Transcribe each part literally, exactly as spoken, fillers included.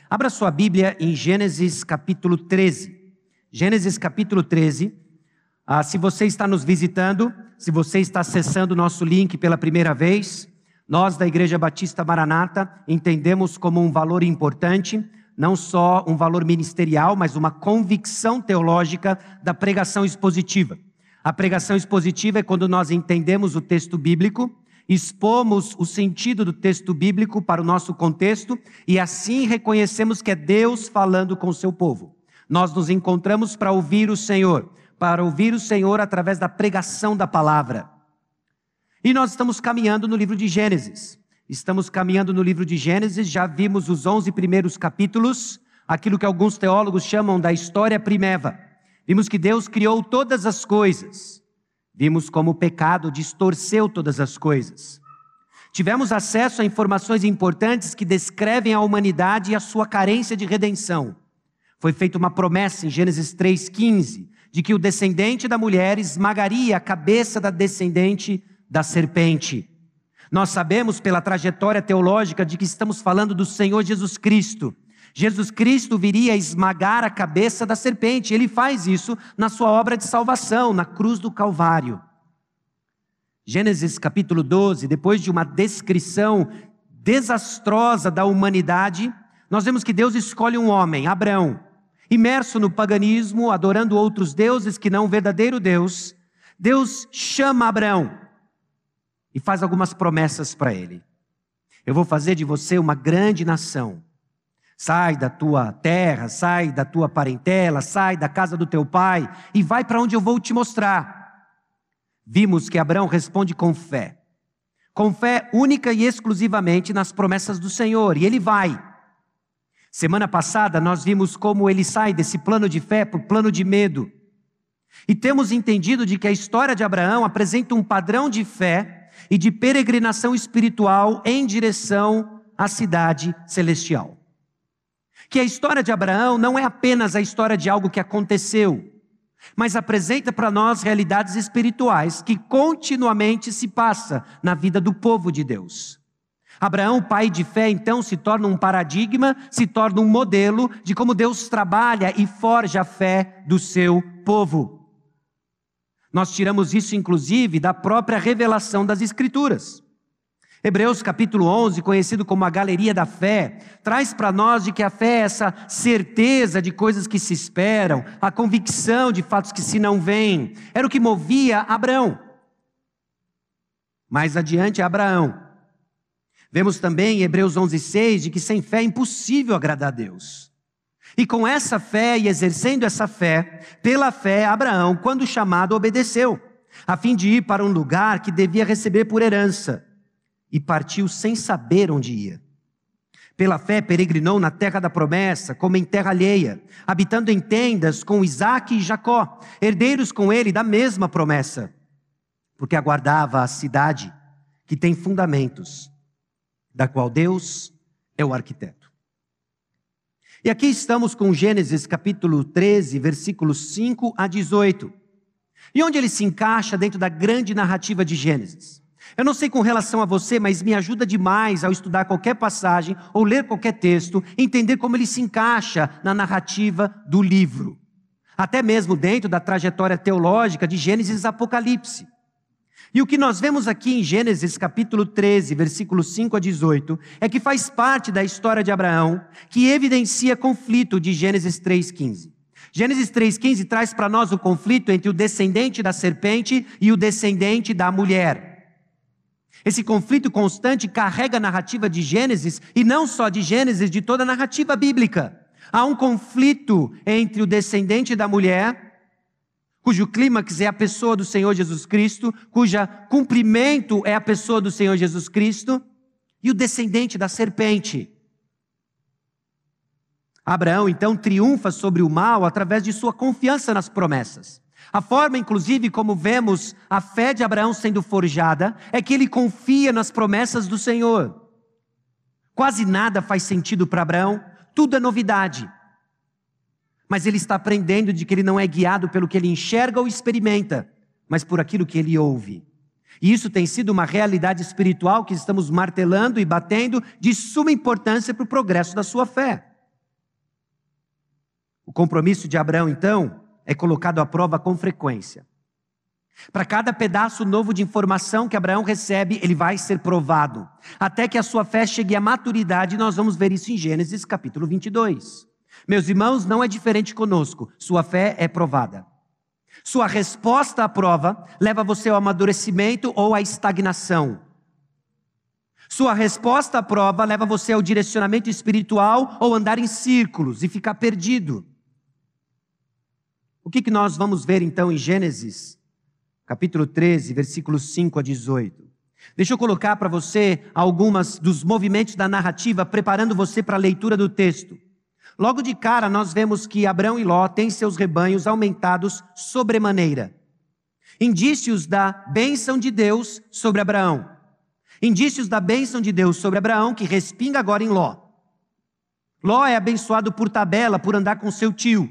Abra sua Bíblia em Gênesis capítulo treze. Gênesis capítulo treze. Ah, se você está nos visitando, se você está acessando o nosso link pela primeira vez, nós da Igreja Batista Maranata entendemos como um valor importante, não só um valor ministerial, mas uma convicção teológica da pregação expositiva. A pregação expositiva é quando nós entendemos o texto bíblico, expomos o sentido do texto bíblico para o nosso contexto e assim reconhecemos que é Deus falando com o seu povo. Nós nos encontramos para ouvir o Senhor, para ouvir o Senhor através da pregação da palavra. E nós estamos caminhando no livro de Gênesis. Estamos caminhando no livro de Gênesis, já vimos os onze primeiros capítulos, aquilo que alguns teólogos chamam da história primeva. Vimos que Deus criou todas as coisas. Vimos como o pecado distorceu todas as coisas. Tivemos acesso a informações importantes que descrevem a humanidade e a sua carência de redenção. Foi feita uma promessa em Gênesis três, quinze, de que o descendente da mulher esmagaria a cabeça da descendente da serpente. Nós sabemos pela trajetória teológica de que estamos falando do Senhor Jesus Cristo. Jesus Cristo viria a esmagar a cabeça da serpente. Ele faz isso na sua obra de salvação, na cruz do Calvário. Gênesis capítulo doze, depois de uma descrição desastrosa da humanidade, nós vemos que Deus escolhe um homem, Abraão, imerso no paganismo, adorando outros deuses que não o verdadeiro Deus. Deus chama Abraão e faz algumas promessas para ele. Eu vou fazer de você uma grande nação. Sai da tua terra, sai da tua parentela, sai da casa do teu pai e vai para onde eu vou te mostrar. Vimos que Abraão responde com fé. Com fé única e exclusivamente nas promessas do Senhor. E ele vai. Semana passada nós vimos como ele sai desse plano de fé para o plano de medo. E temos entendido de que a história de Abraão apresenta um padrão de fé e de peregrinação espiritual em direção à cidade celestial. Que a história de Abraão não é apenas a história de algo que aconteceu, mas apresenta para nós realidades espirituais que continuamente se passa na vida do povo de Deus. Abraão, pai de fé, então se torna um paradigma, se torna um modelo de como Deus trabalha e forja a fé do seu povo. Nós tiramos isso inclusive da própria revelação das Escrituras. Hebreus capítulo onze, conhecido como a galeria da fé, traz para nós de que a fé é essa certeza de coisas que se esperam, a convicção de fatos que se não veem. Era o que movia Abraão. Mais adiante, Abraão. Vemos também em Hebreus onze, seis, de que sem fé é impossível agradar a Deus. E com essa fé e exercendo essa fé, pela fé, Abraão, quando chamado, obedeceu, a fim de ir para um lugar que devia receber por herança. E partiu sem saber onde ia. Pela fé peregrinou na terra da promessa, como em terra alheia, habitando em tendas com Isaque e Jacó, herdeiros com ele da mesma promessa, porque aguardava a cidade que tem fundamentos, da qual Deus é o arquiteto. E aqui estamos com Gênesis capítulo treze, versículos cinco a dezoito. E onde ele se encaixa dentro da grande narrativa de Gênesis? Eu não sei com relação a você, mas me ajuda demais ao estudar qualquer passagem ou ler qualquer texto, entender como ele se encaixa na narrativa do livro. Até mesmo dentro da trajetória teológica de Gênesis e Apocalipse. E o que nós vemos aqui em Gênesis capítulo treze, versículos cinco a dezoito, é que faz parte da história de Abraão, que evidencia conflito de Gênesis três, quinze. Gênesis três, quinze traz para nós o conflito entre o descendente da serpente e o descendente da mulher. Esse conflito constante carrega a narrativa de Gênesis, e não só de Gênesis, de toda a narrativa bíblica. Há um conflito entre o descendente da mulher, cujo clímax é a pessoa do Senhor Jesus Cristo, cujo cumprimento é a pessoa do Senhor Jesus Cristo, e o descendente da serpente. Abraão, então, triunfa sobre o mal através de sua confiança nas promessas. A forma, inclusive, como vemos a fé de Abraão sendo forjada, é que ele confia nas promessas do Senhor. Quase nada faz sentido para Abraão, tudo é novidade. Mas ele está aprendendo de que ele não é guiado pelo que ele enxerga ou experimenta, mas por aquilo que ele ouve. E isso tem sido uma realidade espiritual que estamos martelando e batendo de suma importância para o progresso da sua fé. O compromisso de Abraão, então, é colocado à prova com frequência. Para cada pedaço novo de informação que Abraão recebe, ele vai ser provado, até que a sua fé chegue à maturidade. Nós vamos ver isso em Gênesis capítulo vinte e dois. Meus irmãos, não é diferente conosco, sua fé é provada. Sua resposta à prova leva você ao amadurecimento ou à estagnação. Sua resposta à prova leva você ao direcionamento espiritual ou andar em círculos e ficar perdido. O que, que nós vamos ver então em Gênesis, capítulo treze, versículos cinco a dezoito? Deixa eu colocar para você algumas dos movimentos da narrativa, preparando você para a leitura do texto. Logo de cara, nós vemos que Abrão e Ló têm seus rebanhos aumentados sobremaneira. Indícios da bênção de Deus sobre Abraão. Indícios da bênção de Deus sobre Abraão, que respinga agora em Ló. Ló é abençoado por tabela, por andar com seu tio.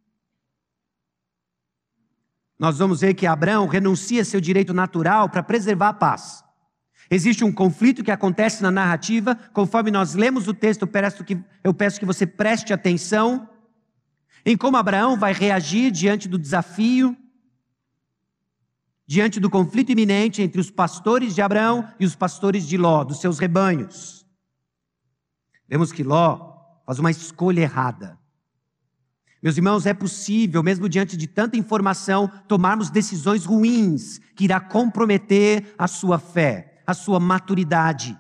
Nós vamos ver que Abrão renuncia seu direito natural para preservar a paz. Existe um conflito que acontece na narrativa, conforme nós lemos o texto, eu peço que, eu peço que você preste atenção em como Abraão vai reagir diante do desafio, diante do conflito iminente entre os pastores de Abrão e os pastores de Ló, dos seus rebanhos. Vemos que Ló faz uma escolha errada. Meus irmãos, é possível, mesmo diante de tanta informação, tomarmos decisões ruins, que irá comprometer a sua fé, a sua maturidade.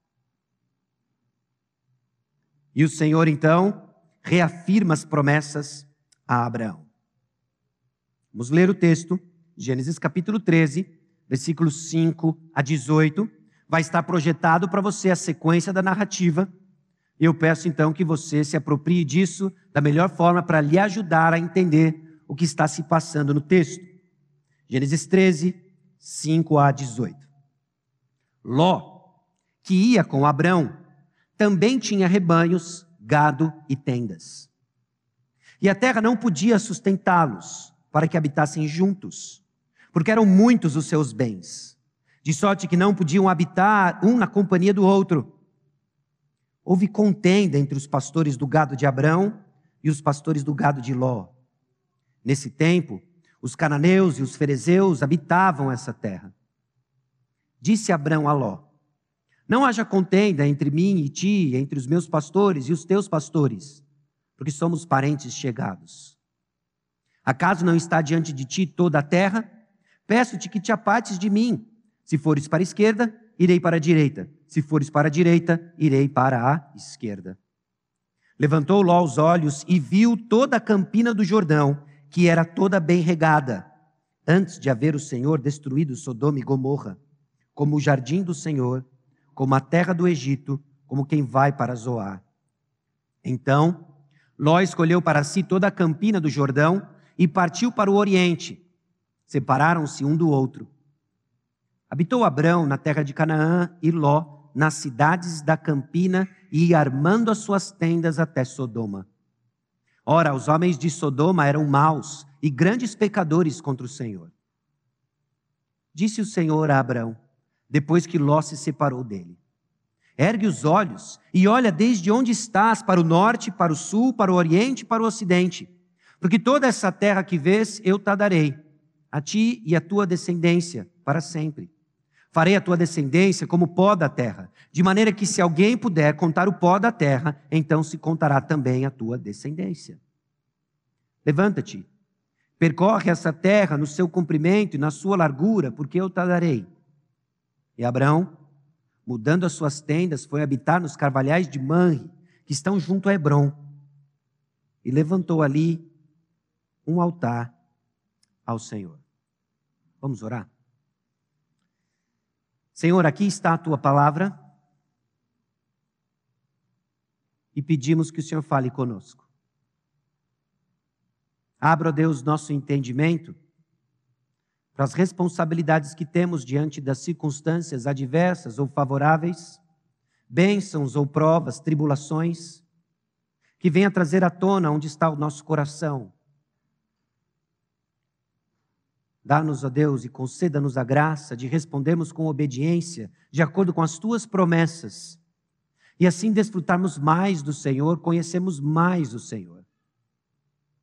E o Senhor, então, reafirma as promessas a Abraão. Vamos ler o texto, Gênesis capítulo treze, versículos cinco a dezoito. Vai estar projetado para você a sequência da narrativa. Eu peço, então, que você se aproprie disso da melhor forma para lhe ajudar a entender o que está se passando no texto. Gênesis treze, cinco a dezoito. Ló, que ia com Abrão, também tinha rebanhos, gado e tendas. E a terra não podia sustentá-los para que habitassem juntos, porque eram muitos os seus bens, de sorte que não podiam habitar um na companhia do outro. Houve contenda entre os pastores do gado de Abrão e os pastores do gado de Ló. Nesse tempo, os cananeus e os ferezeus habitavam essa terra. Disse Abrão a Ló: não haja contenda entre mim e ti, entre os meus pastores e os teus pastores, porque somos parentes chegados. Acaso não está diante de ti toda a terra? Peço-te que te apartes de mim. Se fores para a esquerda, irei para a direita. Se fores para a direita, irei para a esquerda. Levantou Ló os olhos e viu toda a campina do Jordão, que era toda bem regada, antes de haver o Senhor destruído Sodoma e Gomorra, como o jardim do Senhor, como a terra do Egito, como quem vai para Zoar. Então, Ló escolheu para si toda a campina do Jordão e partiu para o oriente. Separaram-se um do outro. Habitou Abrão na terra de Canaã e Ló nas cidades da campina e ia armando as suas tendas até Sodoma. Ora, os homens de Sodoma eram maus e grandes pecadores contra o Senhor. Disse o Senhor a Abrão, depois que Ló se separou dele: ergue os olhos e olha desde onde estás, para o norte, para o sul, para o oriente e para o ocidente. Porque toda essa terra que vês, eu te darei, a ti e a tua descendência, para sempre. Farei a tua descendência como o pó da terra, de maneira que se alguém puder contar o pó da terra, então se contará também a tua descendência. Levanta-te, percorre essa terra no seu comprimento e na sua largura, porque eu te darei. E Abrão, mudando as suas tendas, foi habitar nos carvalhais de Manre, que estão junto a Hebrom, e levantou ali um altar ao Senhor. Vamos orar? Senhor, aqui está a tua palavra e pedimos que o Senhor fale conosco. Abra, ó Deus, nosso entendimento para as responsabilidades que temos diante das circunstâncias adversas ou favoráveis, bênçãos ou provas, tribulações, que venha trazer à tona onde está o nosso coração. Dá-nos, ó Deus, e conceda-nos a graça de respondermos com obediência, de acordo com as tuas promessas, e assim desfrutarmos mais do Senhor, conhecermos mais o Senhor.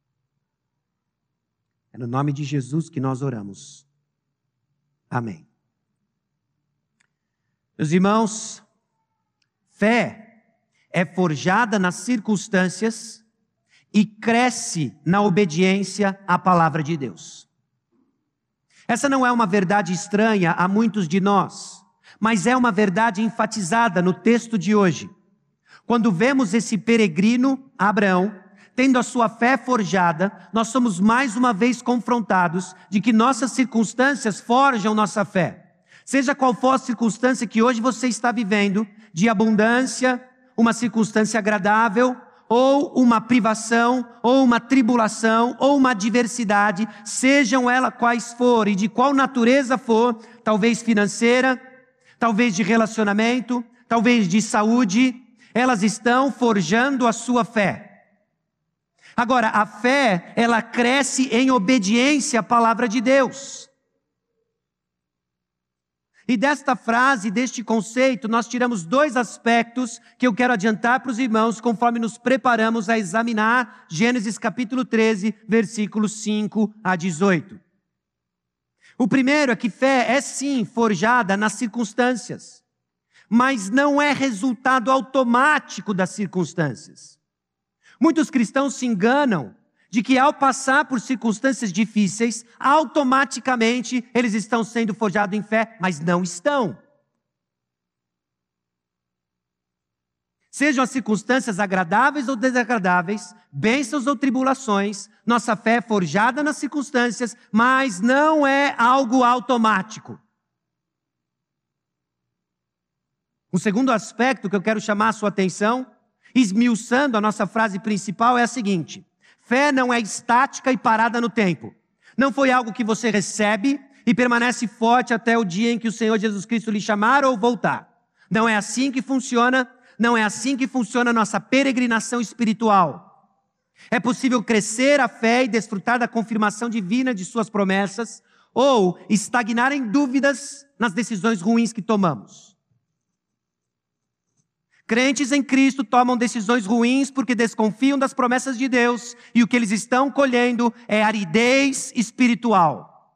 É no nome de Jesus que nós oramos. Amém. Meus irmãos, fé é forjada nas circunstâncias e cresce na obediência à palavra de Deus. Essa não é uma verdade estranha a muitos de nós, mas é uma verdade enfatizada no texto de hoje. Quando vemos esse peregrino, Abraão, tendo a sua fé forjada, nós somos mais uma vez confrontados de que nossas circunstâncias forjam nossa fé. Seja qual for a circunstância que hoje você está vivendo, de abundância, uma circunstância agradável, ou uma privação, ou uma tribulação, ou uma adversidade, sejam elas quais forem, de qual natureza for, talvez financeira, talvez de relacionamento, talvez de saúde, elas estão forjando a sua fé. Agora, a fé, ela cresce em obediência à palavra de Deus. E desta frase, deste conceito, nós tiramos dois aspectos que eu quero adiantar para os irmãos, conforme nos preparamos a examinar Gênesis capítulo treze, versículos cinco a dezoito. O primeiro é que fé é sim forjada nas circunstâncias, mas não é resultado automático das circunstâncias. Muitos cristãos se enganam de que ao passar por circunstâncias difíceis, automaticamente eles estão sendo forjados em fé, mas não estão. Sejam as circunstâncias agradáveis ou desagradáveis, bênçãos ou tribulações, nossa fé é forjada nas circunstâncias, mas não é algo automático. O segundo aspecto que eu quero chamar a sua atenção, esmiuçando a nossa frase principal, é a seguinte: fé não é estática e parada no tempo. Não foi algo que você recebe e permanece forte até o dia em que o Senhor Jesus Cristo lhe chamar ou voltar. Não é assim que funciona, não é assim que funciona a nossa peregrinação espiritual. É possível crescer a fé e desfrutar da confirmação divina de suas promessas, ou estagnar em dúvidas nas decisões ruins que tomamos. Crentes em Cristo tomam decisões ruins porque desconfiam das promessas de Deus e o que eles estão colhendo é aridez espiritual.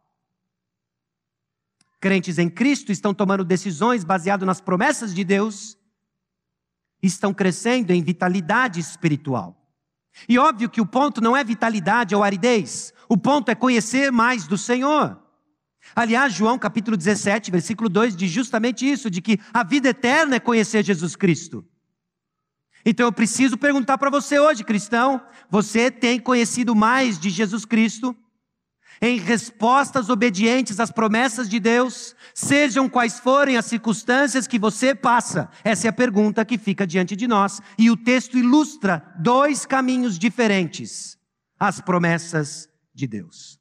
Crentes em Cristo estão tomando decisões baseadas nas promessas de Deus e estão crescendo em vitalidade espiritual. E óbvio que o ponto não é vitalidade ou aridez, o ponto é conhecer mais do Senhor. Aliás, João capítulo dezessete, versículo dois, diz justamente isso, de que a vida eterna é conhecer Jesus Cristo. Então eu preciso perguntar para você hoje, cristão, você tem conhecido mais de Jesus Cristo? Em respostas obedientes às promessas de Deus, sejam quais forem as circunstâncias que você passa? Essa é a pergunta que fica diante de nós. E o texto ilustra dois caminhos diferentes às promessas de Deus.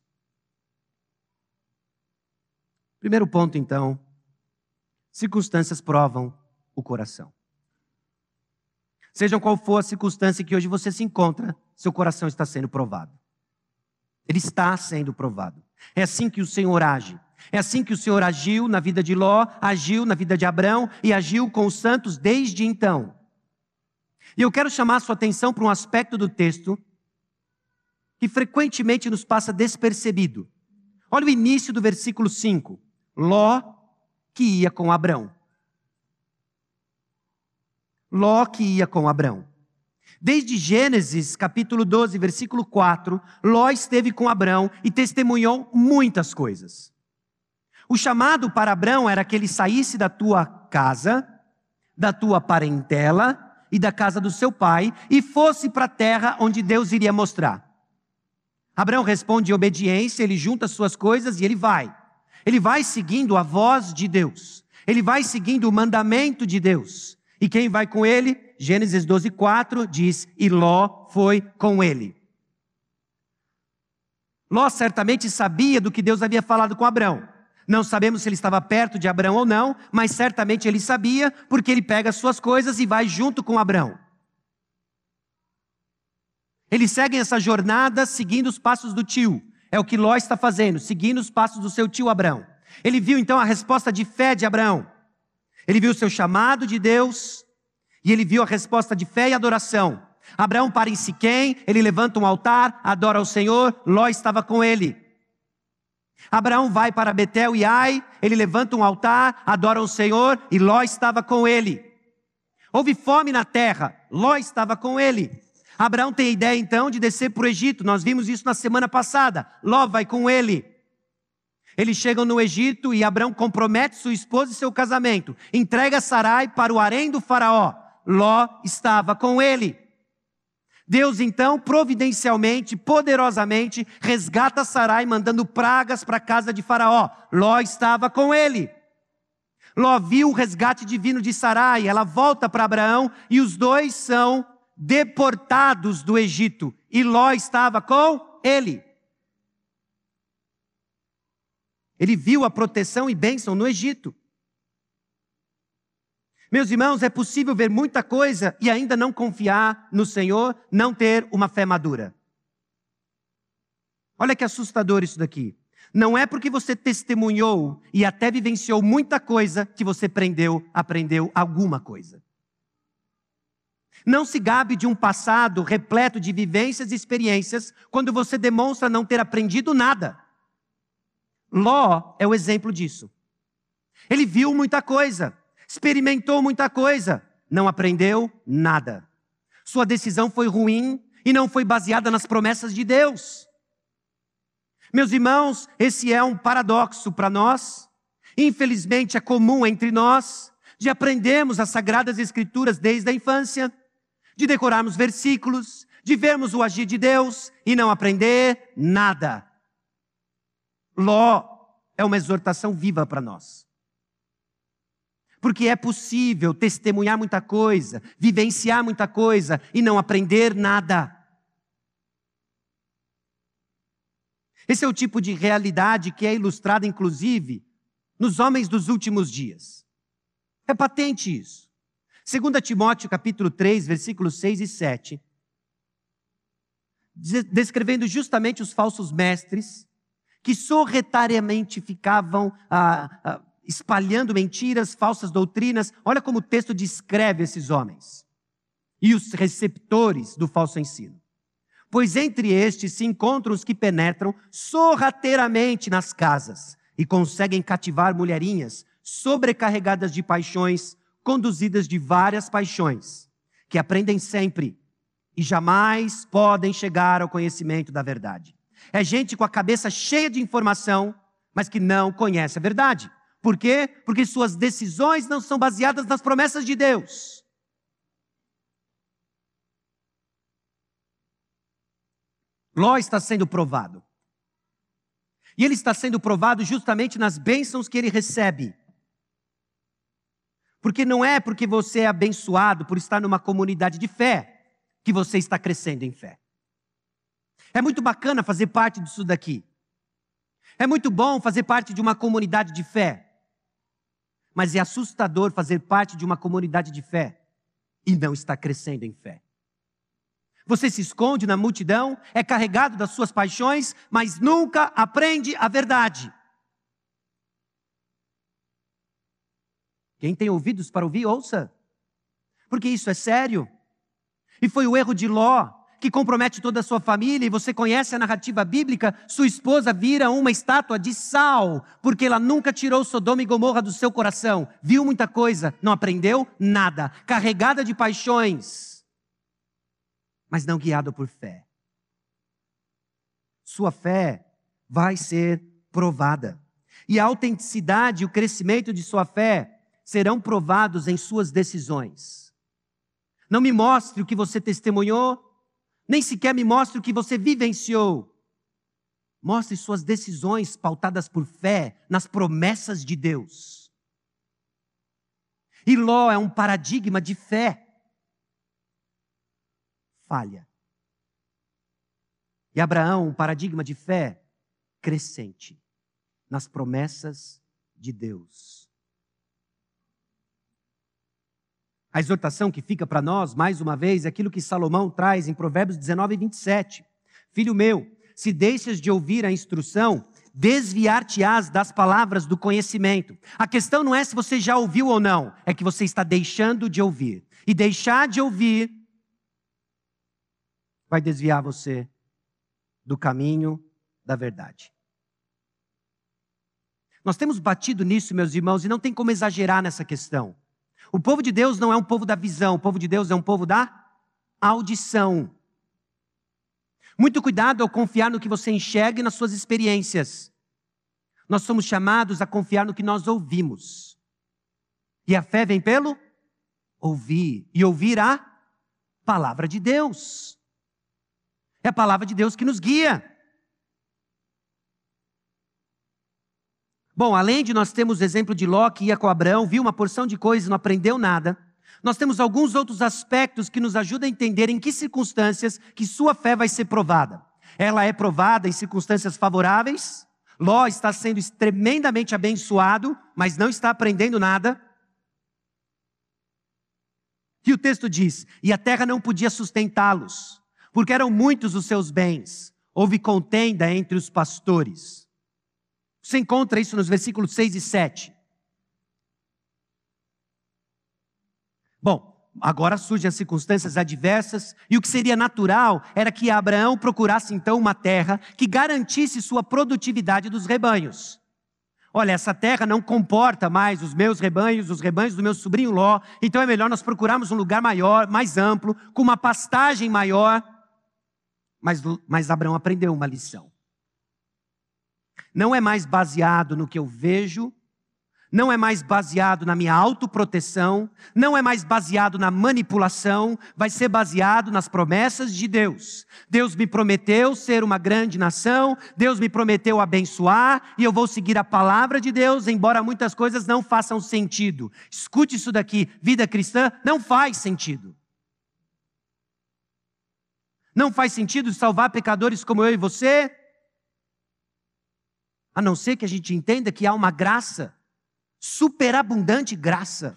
Primeiro ponto, então, circunstâncias provam o coração. Sejam qual for a circunstância que hoje você se encontra, seu coração está sendo provado. Ele está sendo provado. É assim que o Senhor age. É assim que o Senhor agiu na vida de Ló, agiu na vida de Abrão e agiu com os santos desde então. E eu quero chamar a sua atenção para um aspecto do texto que frequentemente nos passa despercebido. Olha o início do versículo cinco. Ló que ia com Abrão. Ló que ia com Abrão. Desde Gênesis capítulo doze, versículo quatro, Ló esteve com Abrão e testemunhou muitas coisas. O chamado para Abrão era que ele saísse da tua casa, da tua parentela e da casa do seu pai e fosse para a terra onde Deus iria mostrar. Abrão responde em obediência, ele junta suas coisas e ele vai. Ele vai seguindo a voz de Deus. Ele vai seguindo o mandamento de Deus. E quem vai com ele? Gênesis doze, quatro diz, e Ló foi com ele. Ló certamente sabia do que Deus havia falado com Abrão. Não sabemos se ele estava perto de Abrão ou não, mas certamente ele sabia, porque ele pega as suas coisas e vai junto com Abrão. Eles seguem essa jornada seguindo os passos do tio. É o que Ló está fazendo, seguindo os passos do seu tio Abrão. Ele viu então a resposta de fé de Abrão. Ele viu o seu chamado de Deus e ele viu a resposta de fé e adoração. Abraão para em Siquém, ele levanta um altar, adora ao Senhor, Ló estava com ele. Abraão vai para Betel e Ai, ele levanta um altar, adora o Senhor e Ló estava com ele. Houve fome na terra, Ló estava com ele. Abraão tem a ideia então de descer para o Egito, nós vimos isso na semana passada. Ló vai com ele. Eles chegam no Egito e Abraão compromete sua esposa e seu casamento. Entrega Sarai para o harém do faraó. Ló estava com ele. Deus então, providencialmente, poderosamente, resgata Sarai, mandando pragas para a casa de Faraó. Ló estava com ele. Ló viu o resgate divino de Sarai, ela volta para Abraão e os dois são deportados do Egito. E Ló estava com ele. Ele viu a proteção e bênção no Egito. Meus irmãos, é possível ver muita coisa e ainda não confiar no Senhor, não ter uma fé madura. Olha que assustador isso daqui. Não é porque você testemunhou e até vivenciou muita coisa que você aprendeu, aprendeu alguma coisa. Não se gabe de um passado repleto de vivências e experiências quando você demonstra não ter aprendido nada. Ló é o exemplo disso. Ele viu muita coisa. Experimentou muita coisa, não aprendeu nada. Sua decisão foi ruim e não foi baseada nas promessas de Deus. Meus irmãos, esse é um paradoxo para nós. Infelizmente é comum entre nós de aprendermos as Sagradas Escrituras desde a infância, de decorarmos versículos, de vermos o agir de Deus e não aprender nada. Ló é uma exortação viva para nós. Porque é possível testemunhar muita coisa, vivenciar muita coisa e não aprender nada. Esse é o tipo de realidade que é ilustrada, inclusive, nos homens dos últimos dias. É patente isso. Segundo Timóteo, capítulo três, versículos seis e sete, descrevendo justamente os falsos mestres que sorretariamente ficavam ah, ah, espalhando mentiras, falsas doutrinas. Olha como o texto descreve esses homens e os receptores do falso ensino. Pois entre estes se encontram os que penetram sorrateiramente nas casas e conseguem cativar mulherinhas sobrecarregadas de paixões, conduzidas de várias paixões, que aprendem sempre e jamais podem chegar ao conhecimento da verdade. É gente com a cabeça cheia de informação, mas que não conhece a verdade. Por quê? Porque suas decisões não são baseadas nas promessas de Deus. Ló está sendo provado. E ele está sendo provado justamente nas bênçãos que ele recebe. Porque não é porque você é abençoado por estar numa comunidade de fé que você está crescendo em fé. É muito bacana fazer parte disso daqui. É muito bom fazer parte de uma comunidade de fé. Mas é assustador fazer parte de uma comunidade de fé e não estar crescendo em fé. Você se esconde na multidão, é carregado das suas paixões, mas nunca aprende a verdade. Quem tem ouvidos para ouvir, ouça. Porque isso é sério. E foi o erro de Ló, que compromete toda a sua família, e você conhece a narrativa bíblica, sua esposa vira uma estátua de sal, porque ela nunca tirou Sodoma e Gomorra do seu coração, viu muita coisa, não aprendeu nada, carregada de paixões, mas não guiada por fé. Sua fé vai ser provada, e a autenticidade e o crescimento de sua fé serão provados em suas decisões. Não me mostre o que você testemunhou, nem sequer me mostre o que você vivenciou. Mostre suas decisões pautadas por fé nas promessas de Deus. E Ló é um paradigma de fé. Falha. E Abraão, um paradigma de fé crescente nas promessas de Deus. A exortação que fica para nós, mais uma vez, é aquilo que Salomão traz em Provérbios dezenove, vinte e sete. Filho meu, se deixas de ouvir a instrução, desviar-te-ás das palavras do conhecimento. A questão não é se você já ouviu ou não, é que você está deixando de ouvir. E deixar de ouvir vai desviar você do caminho da verdade. Nós temos batido nisso, meus irmãos, e não tem como exagerar nessa questão. O povo de Deus não é um povo da visão, o povo de Deus é um povo da audição. Muito cuidado ao confiar no que você enxerga e nas suas experiências. Nós somos chamados a confiar no que nós ouvimos. E a fé vem pelo ouvir. E ouvir a palavra de Deus. É a palavra de Deus que nos guia. Bom, além de nós termos o exemplo de Ló, que ia com Abraão, viu uma porção de coisas e não aprendeu nada, nós temos alguns outros aspectos que nos ajudam a entender em que circunstâncias que sua fé vai ser provada. Ela é provada em circunstâncias favoráveis. Ló está sendo tremendamente abençoado, mas não está aprendendo nada. E o texto diz, e a terra não podia sustentá-los, porque eram muitos os seus bens. Houve contenda entre os pastores. Você encontra isso nos versículos seis e sete. Bom, agora surgem as circunstâncias adversas, e o que seria natural era que Abraão procurasse então uma terra que garantisse sua produtividade dos rebanhos. Olha, essa terra não comporta mais os meus rebanhos, os rebanhos do meu sobrinho Ló, então é melhor nós procurarmos um lugar maior, mais amplo, com uma pastagem maior. Mas, mas Abraão aprendeu uma lição. Não é mais baseado no que eu vejo, não é mais baseado na minha autoproteção, não é mais baseado na manipulação, vai ser baseado nas promessas de Deus. Deus me prometeu ser uma grande nação, Deus me prometeu abençoar, e eu vou seguir a palavra de Deus, embora muitas coisas não façam sentido. Escute isso daqui, vida cristã não faz sentido. Não faz sentido salvar pecadores como eu e você, a não ser que a gente entenda que há uma graça, superabundante graça,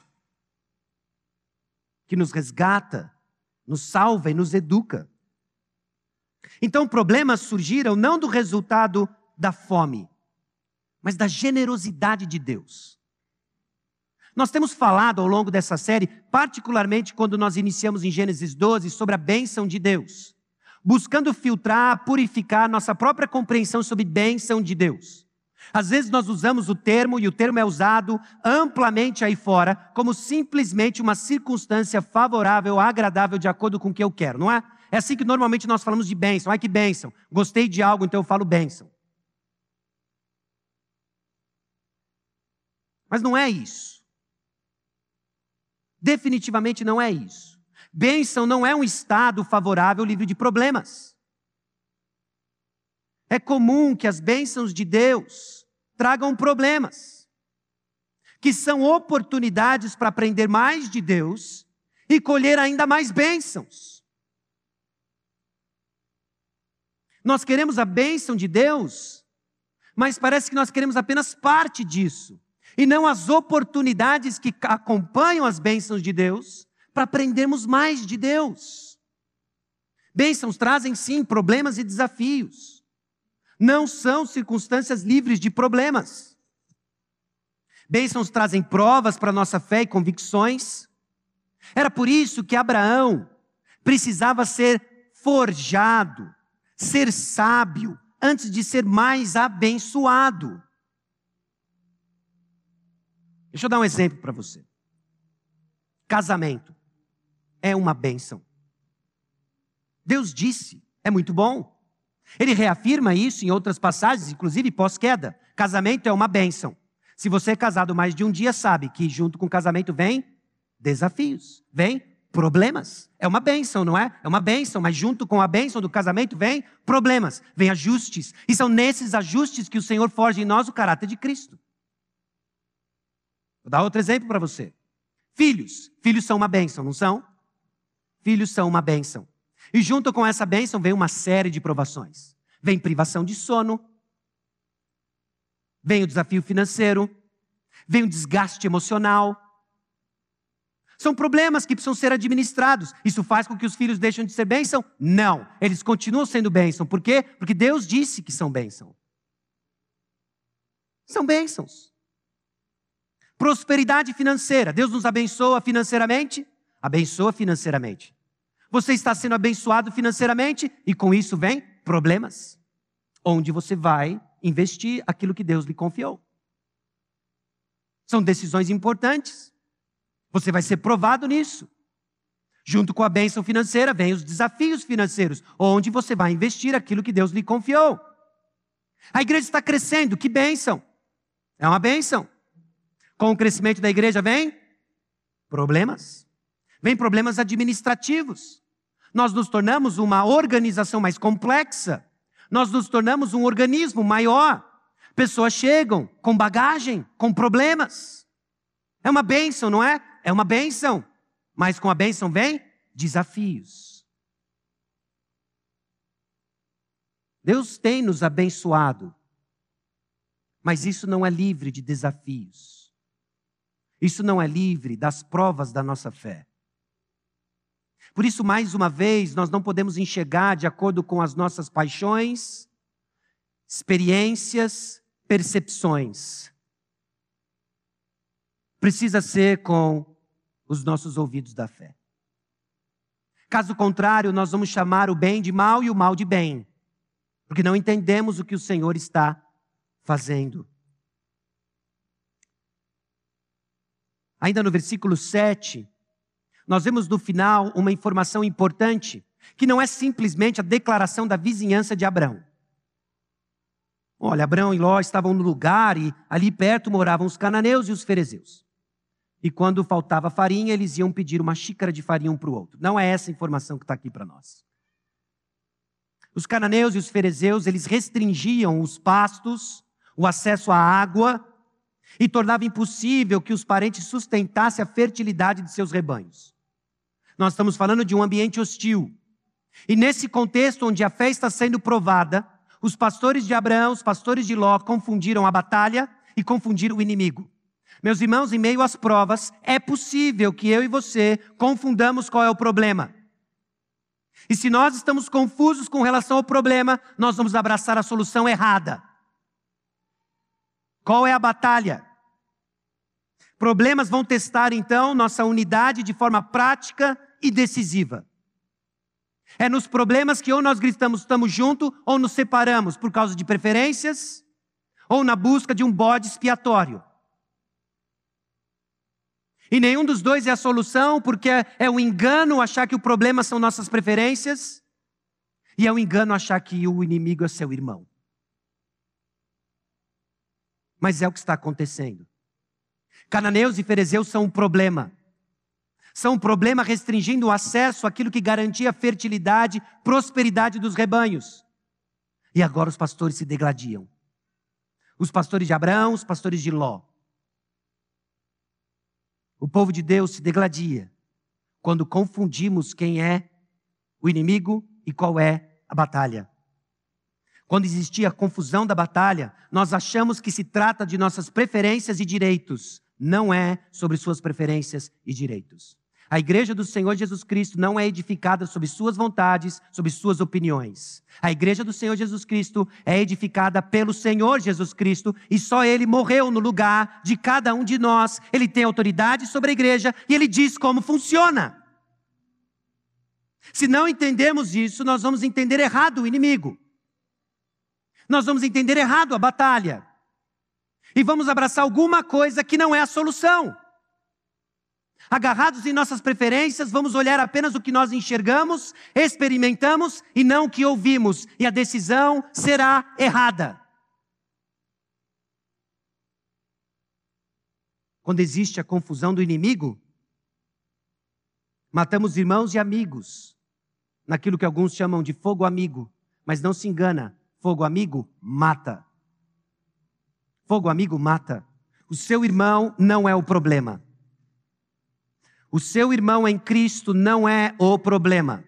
que nos resgata, nos salva e nos educa. Então problemas surgiram não do resultado da fome, mas da generosidade de Deus. Nós temos falado ao longo dessa série, particularmente quando nós iniciamos em Gênesis doze, sobre a bênção de Deus, buscando filtrar, purificar nossa própria compreensão sobre bênção de Deus. Às vezes nós usamos o termo, e o termo é usado amplamente aí fora, como simplesmente uma circunstância favorável, agradável, de acordo com o que eu quero, não é? É assim que normalmente nós falamos de bênção. Ai, que bênção. Gostei de algo, então eu falo bênção. Mas não é isso. Definitivamente não é isso. Bênção não é um estado favorável livre de problemas. É comum que as bênçãos de Deus tragam problemas, que são oportunidades para aprender mais de Deus e colher ainda mais bênçãos. Nós queremos a bênção de Deus, mas parece que nós queremos apenas parte disso, e não as oportunidades que acompanham as bênçãos de Deus para aprendermos mais de Deus. Bênçãos trazem sim problemas e desafios. Não são circunstâncias livres de problemas. Bênçãos trazem provas para a nossa fé e convicções. Era por isso que Abraão precisava ser forjado, ser sábio, antes de ser mais abençoado. Deixa eu dar um exemplo para você. Casamento é uma bênção. Deus disse, é muito bom. Ele reafirma isso em outras passagens, inclusive pós-queda. Casamento é uma bênção. Se você é casado mais de um dia, sabe que junto com o casamento vem desafios, vem problemas. É uma bênção, não é? É uma bênção, mas junto com a bênção do casamento vem problemas, vem ajustes. E são nesses ajustes que o Senhor forja em nós o caráter de Cristo. Vou dar outro exemplo para você. Filhos. Filhos são uma bênção, não são? Filhos são uma bênção. E junto com essa bênção vem uma série de provações. Vem privação de sono, vem o desafio financeiro, vem o desgaste emocional. São problemas que precisam ser administrados. Isso faz com que os filhos deixem de ser bênção? Não, eles continuam sendo bênção. Por quê? Porque Deus disse que são bênção. São bênçãos. Prosperidade financeira. Deus nos abençoa financeiramente? Abençoa financeiramente. Você está sendo abençoado financeiramente e com isso vem problemas. Onde você vai investir aquilo que Deus lhe confiou. São decisões importantes. Você vai ser provado nisso. Junto com a bênção financeira, vem os desafios financeiros, onde você vai investir aquilo que Deus lhe confiou. A igreja está crescendo, que bênção. É uma bênção. Com o crescimento da igreja vem problemas. Vem problemas administrativos. Nós nos tornamos uma organização mais complexa. Nós nos tornamos um organismo maior. Pessoas chegam com bagagem, com problemas. É uma bênção, não é? É uma bênção. Mas com a bênção vem desafios. Deus tem nos abençoado. Mas isso não é livre de desafios. Isso não é livre das provas da nossa fé. Por isso, mais uma vez, nós não podemos enxergar de acordo com as nossas paixões, experiências, percepções. Precisa ser com os nossos ouvidos da fé. Caso contrário, nós vamos chamar o bem de mal e o mal de bem, porque não entendemos o que o Senhor está fazendo. Ainda no versículo sete, nós vemos no final uma informação importante, que não é simplesmente a declaração da vizinhança de Abrão. Olha, Abrão e Ló estavam no lugar e ali perto moravam os cananeus e os ferezeus. E quando faltava farinha, eles iam pedir uma xícara de farinha um para o outro. Não é essa a informação que está aqui para nós. Os cananeus e os ferezeus, eles restringiam os pastos, o acesso à água, e tornava impossível que os parentes sustentassem a fertilidade de seus rebanhos. Nós estamos falando de um ambiente hostil. E nesse contexto onde a fé está sendo provada, os pastores de Abraão, os pastores de Ló confundiram a batalha e confundiram o inimigo. Meus irmãos, em meio às provas, é possível que eu e você confundamos qual é o problema. E se nós estamos confusos com relação ao problema, nós vamos abraçar a solução errada. Qual é a batalha? Problemas vão testar, então, nossa unidade de forma prática e decisiva. É nos problemas que ou nós gritamos estamos juntos, ou nos separamos por causa de preferências, ou na busca de um bode expiatório. E nenhum dos dois é a solução, porque é um engano achar que o problema são nossas preferências, e é um engano achar que o inimigo é seu irmão. Mas é o que está acontecendo. Cananeus e ferezeus são um problema. São um problema restringindo o acesso àquilo que garantia a fertilidade, prosperidade dos rebanhos. E agora os pastores se degladiam. Os pastores de Abraão, os pastores de Ló. O povo de Deus se degladia quando confundimos quem é o inimigo e qual é a batalha. Quando existia a confusão da batalha, nós achamos que se trata de nossas preferências e direitos. Não é sobre suas preferências e direitos. A igreja do Senhor Jesus Cristo não é edificada sobre suas vontades, sobre suas opiniões. A igreja do Senhor Jesus Cristo é edificada pelo Senhor Jesus Cristo e só Ele morreu no lugar de cada um de nós. Ele tem autoridade sobre a igreja e Ele diz como funciona. Se não entendermos isso, nós vamos entender errado o inimigo. Nós vamos entender errado a batalha. E vamos abraçar alguma coisa que não é a solução. Agarrados em nossas preferências, vamos olhar apenas o que nós enxergamos, experimentamos e não o que ouvimos. E a decisão será errada. Quando existe a confusão do inimigo, matamos irmãos e amigos, naquilo que alguns chamam de fogo amigo. Mas não se engana, fogo amigo mata. Fogo amigo mata. O seu irmão não é o problema. O seu irmão em Cristo não é o problema.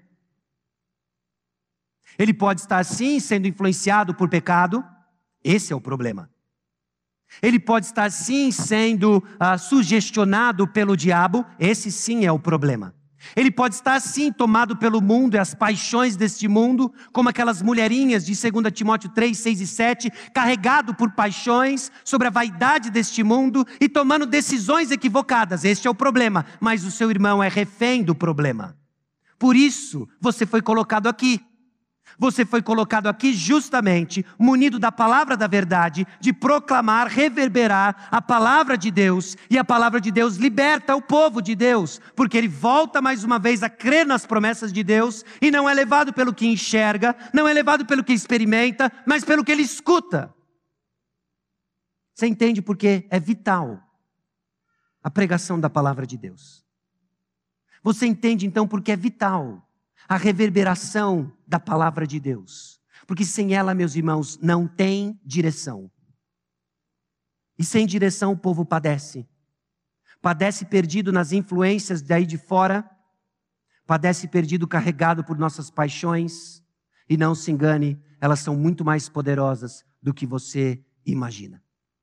Ele pode estar sim sendo influenciado por pecado, esse é o problema. Ele pode estar sim sendo ah, sugestionado pelo diabo, esse sim é o problema. Ele pode estar sim tomado pelo mundo e as paixões deste mundo, como aquelas mulherinhas de dois Timóteo três, seis e sete, carregado por paixões sobre a vaidade deste mundo e tomando decisões equivocadas. Este é o problema, mas o seu irmão é refém do problema. Por isso você foi colocado aqui. Você foi colocado aqui justamente, munido da palavra da verdade, de proclamar, reverberar a palavra de Deus. E a palavra de Deus liberta o povo de Deus, porque ele volta mais uma vez a crer nas promessas de Deus, e não é levado pelo que enxerga, não é levado pelo que experimenta, mas pelo que ele escuta. Você entende porque é vital a pregação da palavra de Deus. Você entende então porque é vital a reverberação da palavra de Deus. Porque sem ela, meus irmãos, não tem direção. E sem direção o povo padece. Padece perdido nas influências daí de fora. Padece perdido carregado por nossas paixões. E não se engane, elas são muito mais poderosas do que você imagina.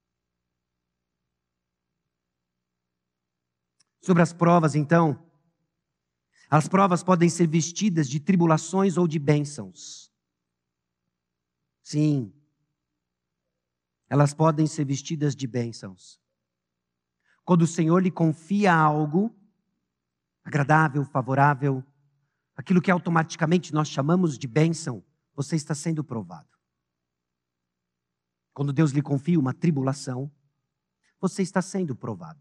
Sobre as provas, então, as provas podem ser vestidas de tribulações ou de bênçãos. Sim, elas podem ser vestidas de bênçãos. Quando o Senhor lhe confia algo agradável, favorável, aquilo que automaticamente nós chamamos de bênção, você está sendo provado. Quando Deus lhe confia uma tribulação, você está sendo provado.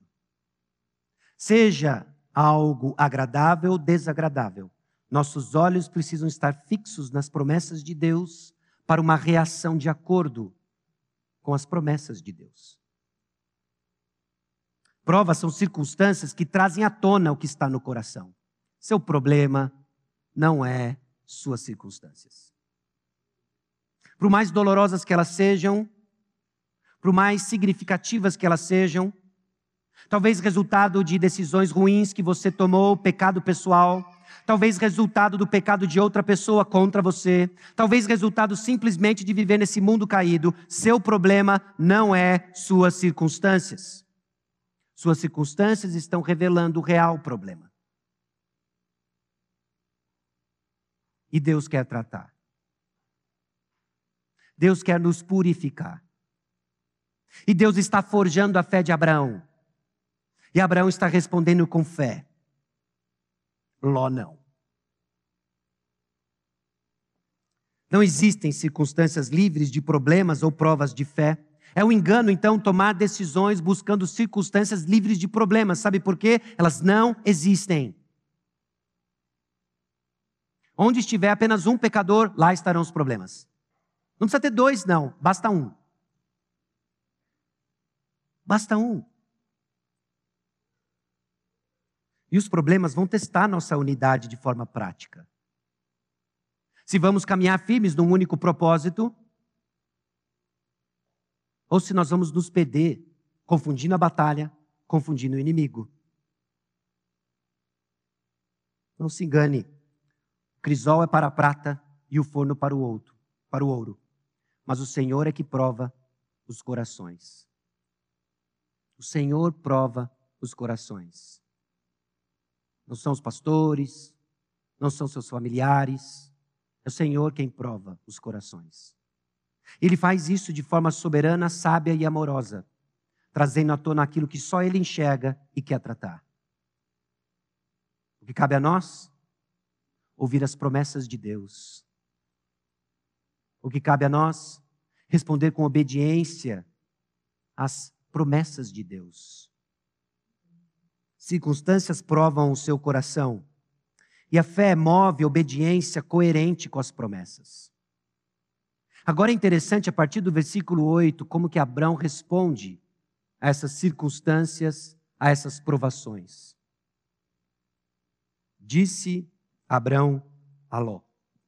Seja algo agradável ou desagradável, nossos olhos precisam estar fixos nas promessas de Deus para uma reação de acordo com as promessas de Deus. Provas são circunstâncias que trazem à tona o que está no coração. Seu problema não é suas circunstâncias. Por mais dolorosas que elas sejam, por mais significativas que elas sejam, talvez resultado de decisões ruins que você tomou, pecado pessoal, talvez resultado do pecado de outra pessoa contra você, talvez resultado simplesmente de viver nesse mundo caído. Seu problema não é suas circunstâncias. Suas circunstâncias estão revelando o real problema. E Deus quer tratar. Deus quer nos purificar. E Deus está forjando a fé de Abraão. E Abraão está respondendo com fé. Ló não. Não existem circunstâncias livres de problemas ou provas de fé. É um engano, então, tomar decisões buscando circunstâncias livres de problemas. Sabe por quê? Elas não existem. Onde estiver apenas um pecador, lá estarão os problemas. Não precisa ter dois, não. Basta um. Basta um. E os problemas vão testar nossa unidade de forma prática. Se vamos caminhar firmes num único propósito, ou se nós vamos nos perder, confundindo a batalha, confundindo o inimigo. Não se engane, o crisol é para a prata e o forno para o outro, para o ouro. Mas o Senhor é que prova os corações. O Senhor prova os corações. Não são os pastores, não são seus familiares, é o Senhor quem prova os corações. Ele faz isso de forma soberana, sábia e amorosa, trazendo à tona aquilo que só Ele enxerga e quer tratar. O que cabe a nós? Ouvir as promessas de Deus. O que cabe a nós? Responder com obediência às promessas de Deus. Circunstâncias provam o seu coração. E a fé move a obediência coerente com as promessas. Agora é interessante, a partir do versículo oito, como que Abrão responde a essas circunstâncias, a essas provações. Disse Abrão a Ló.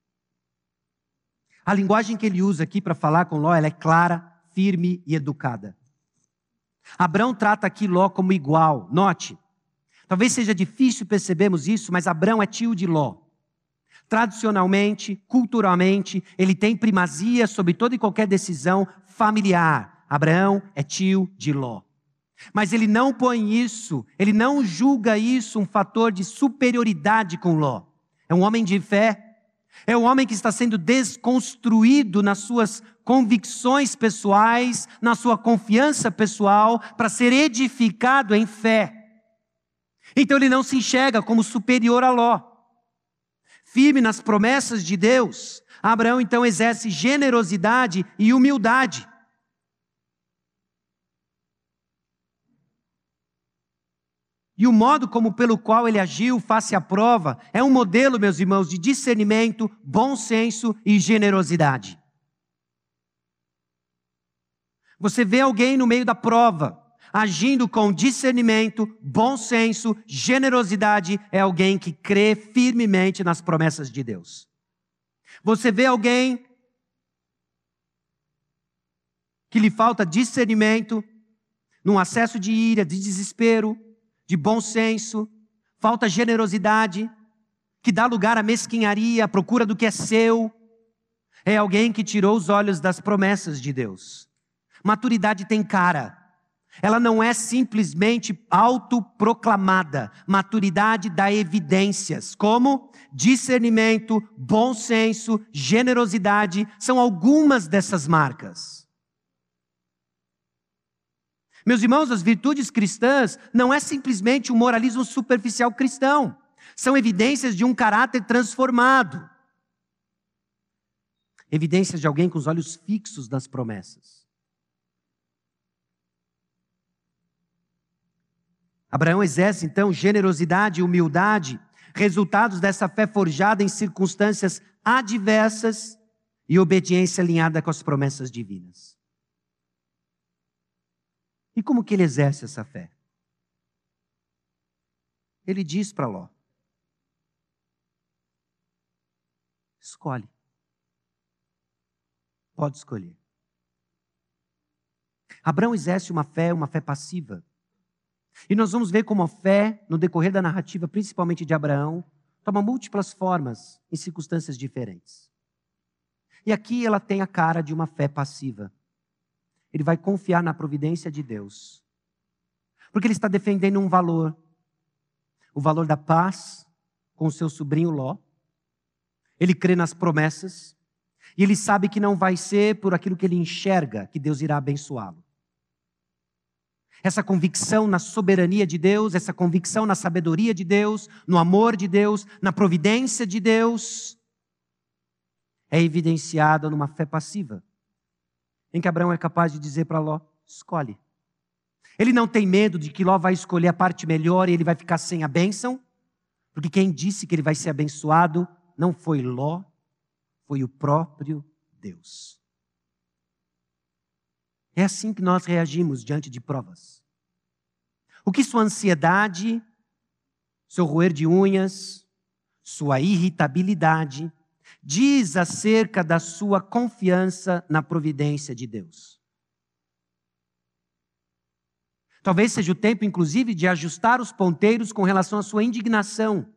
A linguagem que ele usa aqui para falar com Ló, ela é clara, firme e educada. Abrão trata aqui Ló como igual. Note, talvez seja difícil percebermos isso, mas Abrão é tio de Ló. Tradicionalmente, culturalmente, ele tem primazia sobre toda e qualquer decisão familiar. Abraão é tio de Ló. Mas ele não põe isso, ele não julga isso um fator de superioridade com Ló. É um homem de fé, é um homem que está sendo desconstruído nas suas convicções pessoais, na sua confiança pessoal, para ser edificado em fé. Então ele não se enxerga como superior a Ló. firme nas promessas de Deus, Abraão então exerce generosidade e humildade. E o modo como pelo qual ele agiu face à prova é um modelo, meus irmãos, de discernimento, bom senso e generosidade. Você vê alguém no meio da prova, agindo com discernimento, bom senso, generosidade, é alguém que crê firmemente nas promessas de Deus. Você vê alguém que lhe falta discernimento, num acesso de ira, de desespero, de bom senso, falta generosidade, que dá lugar à mesquinharia, à procura do que é seu, é alguém que tirou os olhos das promessas de Deus. Maturidade tem cara. Ela não é simplesmente autoproclamada. Maturidade dá evidências, como discernimento, bom senso, generosidade, são algumas dessas marcas. Meus irmãos, as virtudes cristãs não é simplesmente um moralismo superficial cristão. São evidências de um caráter transformado. Evidências de alguém com os olhos fixos nas promessas. Abraão exerce, então, generosidade e humildade, resultados dessa fé forjada em circunstâncias adversas e obediência alinhada com as promessas divinas. E como que ele exerce essa fé? Ele diz para Ló: escolhe. Pode escolher. Abraão exerce uma fé, uma fé passiva. E nós vamos ver como a fé, no decorrer da narrativa, principalmente de Abraão, toma múltiplas formas em circunstâncias diferentes. E aqui ela tem a cara de uma fé passiva. Ele vai confiar na providência de Deus. Porque ele está defendendo um valor. O valor da paz com o seu sobrinho Ló. Ele crê nas promessas. E ele sabe que não vai ser por aquilo que ele enxerga que Deus irá abençoá-lo. Essa convicção na soberania de Deus, essa convicção na sabedoria de Deus, no amor de Deus, na providência de Deus, é evidenciada numa fé passiva. Em que Abraão é capaz de dizer para Ló: escolhe. Ele não tem medo de que Ló vai escolher a parte melhor e ele vai ficar sem a bênção, porque quem disse que ele vai ser abençoado não foi Ló, foi o próprio Deus. É assim que nós reagimos diante de provas. O que sua ansiedade, seu roer de unhas, sua irritabilidade diz acerca da sua confiança na providência de Deus? Talvez seja o tempo, inclusive, de ajustar os ponteiros com relação à sua indignação.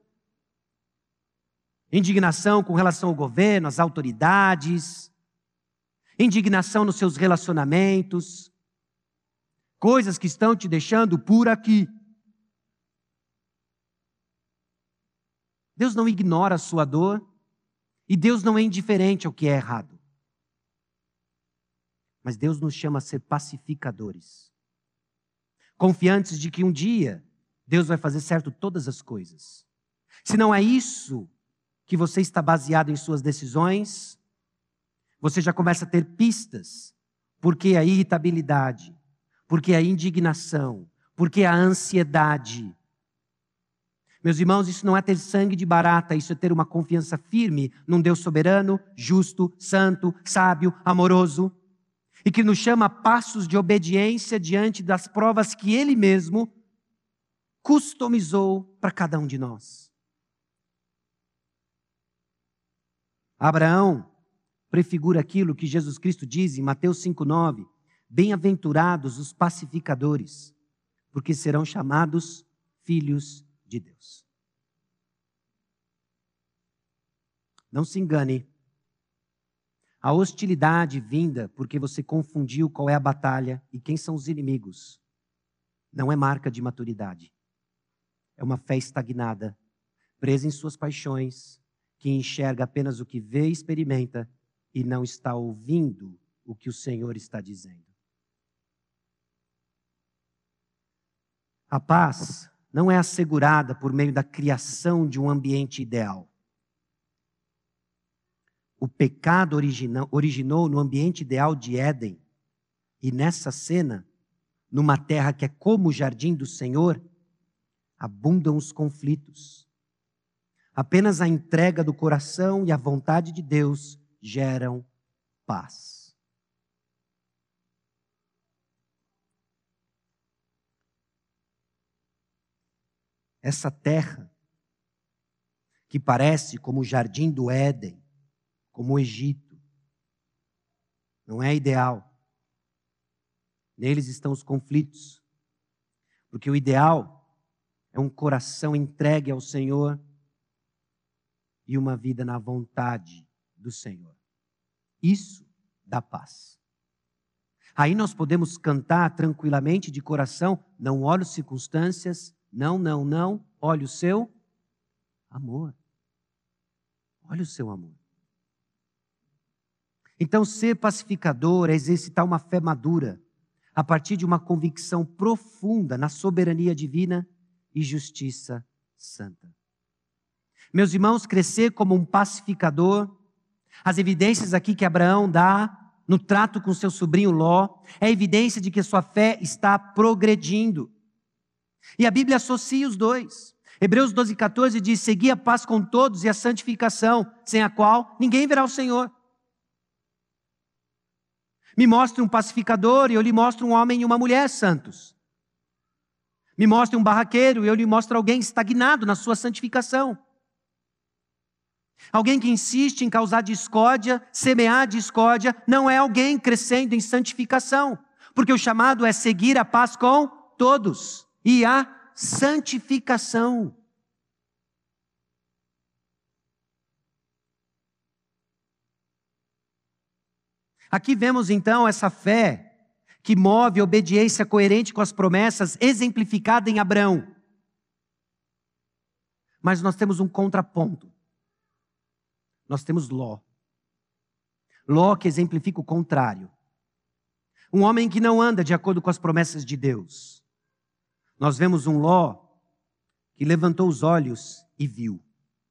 Indignação com relação ao governo, às autoridades. Indignação nos seus relacionamentos. Coisas que estão te deixando por aqui. Deus não ignora a sua dor. E Deus não é indiferente ao que é errado. Mas Deus nos chama a ser pacificadores. Confiantes de que um dia Deus vai fazer certo todas as coisas. Se não é isso que você está baseado em suas decisões, você já começa a ter pistas. Porque a irritabilidade, porque a indignação, porque a ansiedade. Meus irmãos, isso não é ter sangue de barata, isso é ter uma confiança firme num Deus soberano, justo, santo, sábio, amoroso, e que nos chama a passos de obediência diante das provas que Ele mesmo customizou para cada um de nós. Abraão prefigura aquilo que Jesus Cristo diz em Mateus cinco, nove, bem-aventurados os pacificadores, porque serão chamados filhos de Deus. Não se engane. A hostilidade vinda porque você confundiu qual é a batalha e quem são os inimigos não é marca de maturidade. É uma fé estagnada, presa em suas paixões, que enxerga apenas o que vê e experimenta e não está ouvindo o que o Senhor está dizendo. A paz não é assegurada por meio da criação de um ambiente ideal. o pecado originou, originou no ambiente ideal de Éden. E nessa cena, numa terra que é como o jardim do Senhor, abundam os conflitos. Apenas a entrega do coração e a vontade de Deus geram paz. Essa terra, que parece como o jardim do Éden, como o Egito, não é ideal. Neles estão os conflitos, porque o ideal é um coração entregue ao Senhor e uma vida na vontade do Senhor. Isso dá paz. Aí nós podemos cantar tranquilamente de coração, não olhe as circunstâncias, não, não, não, olhe o seu amor. Olha o seu amor. Então, ser pacificador é exercitar uma fé madura, a partir de uma convicção profunda na soberania divina e justiça santa. Meus irmãos, crescer como um pacificador, as evidências aqui que Abraão dá no trato com seu sobrinho Ló, é evidência de que sua fé está progredindo. E a Bíblia associa os dois. Hebreus doze, quatorze diz, segui a paz com todos e a santificação, sem a qual ninguém verá o Senhor. Me mostre um pacificador e eu lhe mostro um homem e uma mulher santos. Me mostre um barraqueiro e eu lhe mostro alguém estagnado na sua santificação. Alguém que insiste em causar discórdia, semear discórdia, não é alguém crescendo em santificação. Porque o chamado é seguir a paz com todos e a santificação. Aqui vemos então essa fé que move a obediência coerente com as promessas exemplificada em Abraão. Mas nós temos um contraponto. Nós temos Ló. Ló que exemplifica o contrário. Um homem que não anda de acordo com as promessas de Deus. Nós vemos um Ló que levantou os olhos e viu.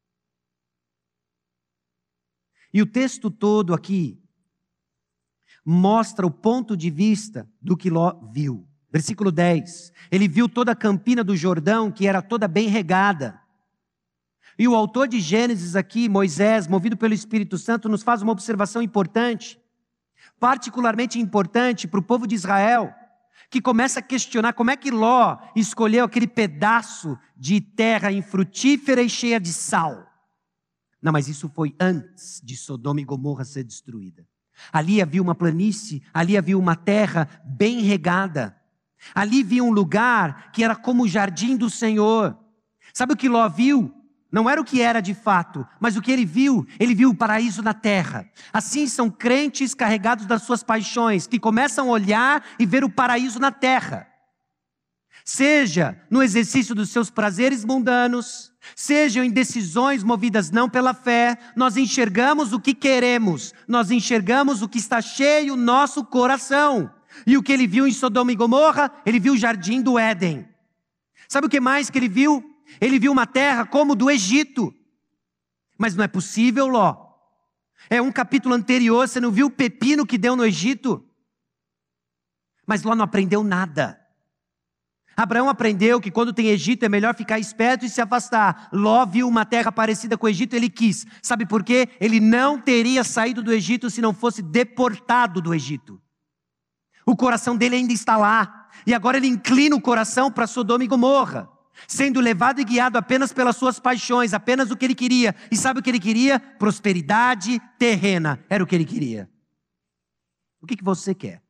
E o texto todo aqui mostra o ponto de vista do que Ló viu. Versículo dez. Ele viu toda a campina do Jordão, que era toda bem regada. E o autor de Gênesis aqui, Moisés, movido pelo Espírito Santo, nos faz uma observação importante, particularmente importante para o povo de Israel, que começa a questionar como é que Ló escolheu aquele pedaço de terra infrutífera e cheia de sal. Não, mas isso foi antes de Sodoma e Gomorra ser destruída. Ali havia uma planície, ali havia uma terra bem regada. Ali havia um lugar que era como o jardim do Senhor. Sabe o que Ló viu? Não era o que era de fato, mas o que ele viu, ele viu o paraíso na terra. Assim são crentes carregados das suas paixões, que começam a olhar e ver o paraíso na terra. Seja no exercício dos seus prazeres mundanos, sejam em decisões movidas não pela fé, nós enxergamos o que queremos, nós enxergamos o que está cheio no nosso coração. E o que ele viu em Sodoma e Gomorra, ele viu o jardim do Éden. Sabe o que mais que ele viu? Ele viu uma terra como do Egito. Mas não é possível, Ló. É um capítulo anterior, você não viu o pepino que deu no Egito? Mas Ló não aprendeu nada. Abraão aprendeu que quando tem Egito é melhor ficar esperto e se afastar. Ló viu uma terra parecida com o Egito, ele quis. Sabe por quê? Ele não teria saído do Egito se não fosse deportado do Egito. O coração dele ainda está lá. E agora ele inclina o coração para Sodoma e Gomorra, sendo levado e guiado apenas pelas suas paixões, apenas o que ele queria. E sabe o que ele queria? Prosperidade terrena. Era o que ele queria. O que que você quer?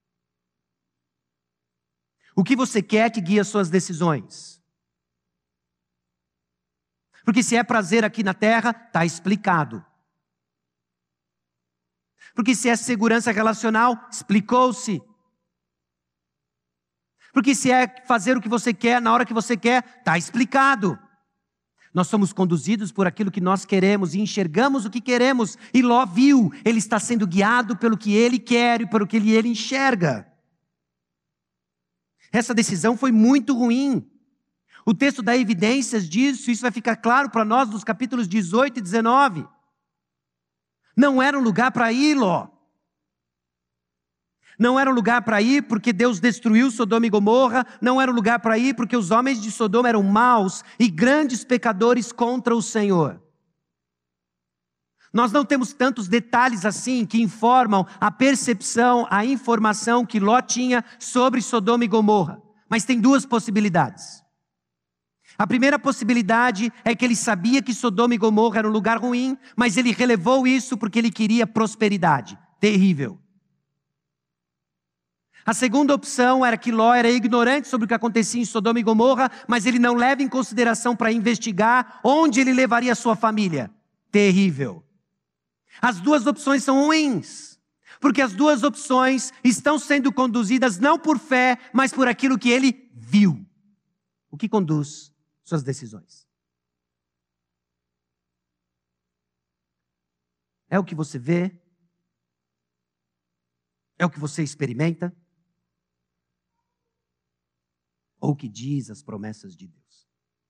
O que você quer que guie as suas decisões? Porque se é prazer aqui na terra, está explicado. Porque se é segurança relacional, explicou-se. Porque se é fazer o que você quer, na hora que você quer, está explicado. Nós somos conduzidos por aquilo que nós queremos e enxergamos o que queremos. E Ló viu, ele está sendo guiado pelo que ele quer e pelo que ele, ele enxerga. Essa decisão foi muito ruim. O texto dá evidências disso, isso vai ficar claro para nós nos capítulos dezoito e dezenove. Não era um lugar para ir, Ló. Não era um lugar para ir porque Deus destruiu Sodoma e Gomorra. Não era um lugar para ir porque os homens de Sodoma eram maus e grandes pecadores contra o Senhor. Nós não temos tantos detalhes assim que informam a percepção, a informação que Ló tinha sobre Sodoma e Gomorra. Mas tem duas possibilidades. A primeira possibilidade é que ele sabia que Sodoma e Gomorra era um lugar ruim, mas ele relevou isso porque ele queria prosperidade. Terrível. A segunda opção era que Ló era ignorante sobre o que acontecia em Sodoma e Gomorra, mas ele não leva em consideração para investigar onde ele levaria a sua família. Terrível. As duas opções são ruins, porque as duas opções estão sendo conduzidas não por fé, mas por aquilo que ele viu. O que conduz suas decisões? É o que você vê? É o que você experimenta? Ou o que diz as promessas de Deus?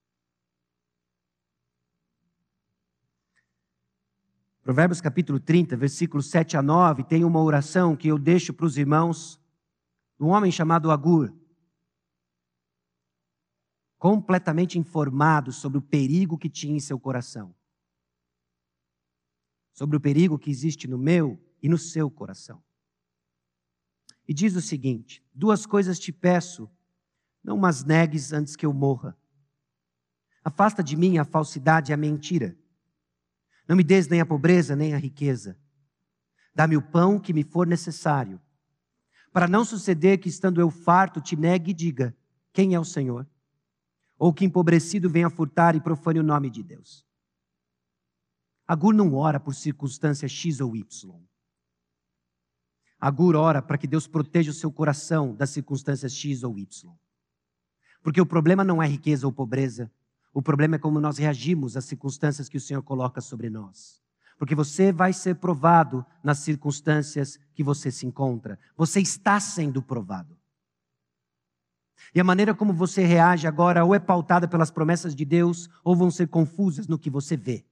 Provérbios capítulo trinta, versículos sete a nove, tem uma oração que eu deixo para os irmãos, de um homem chamado Agur, completamente informado sobre o perigo que tinha em seu coração, sobre o perigo que existe no meu e no seu coração. E diz o seguinte: duas coisas te peço, não mas negues antes que eu morra. Afasta de mim a falsidade e a mentira. Não me des nem a pobreza, nem a riqueza. Dá-me o pão que me for necessário, para não suceder que, estando eu farto, te negue e diga: quem é o Senhor? Ou que empobrecido venha furtar e profane o nome de Deus. Agur não ora por circunstância X ou Y. Agur ora para que Deus proteja o seu coração das circunstâncias X ou Y. Porque o problema não é riqueza ou pobreza. O problema é como nós reagimos às circunstâncias que o Senhor coloca sobre nós. Porque você vai ser provado nas circunstâncias que você se encontra. Você está sendo provado. E a maneira como você reage agora ou é pautada pelas promessas de Deus, ou vão ser confusas no que você vê.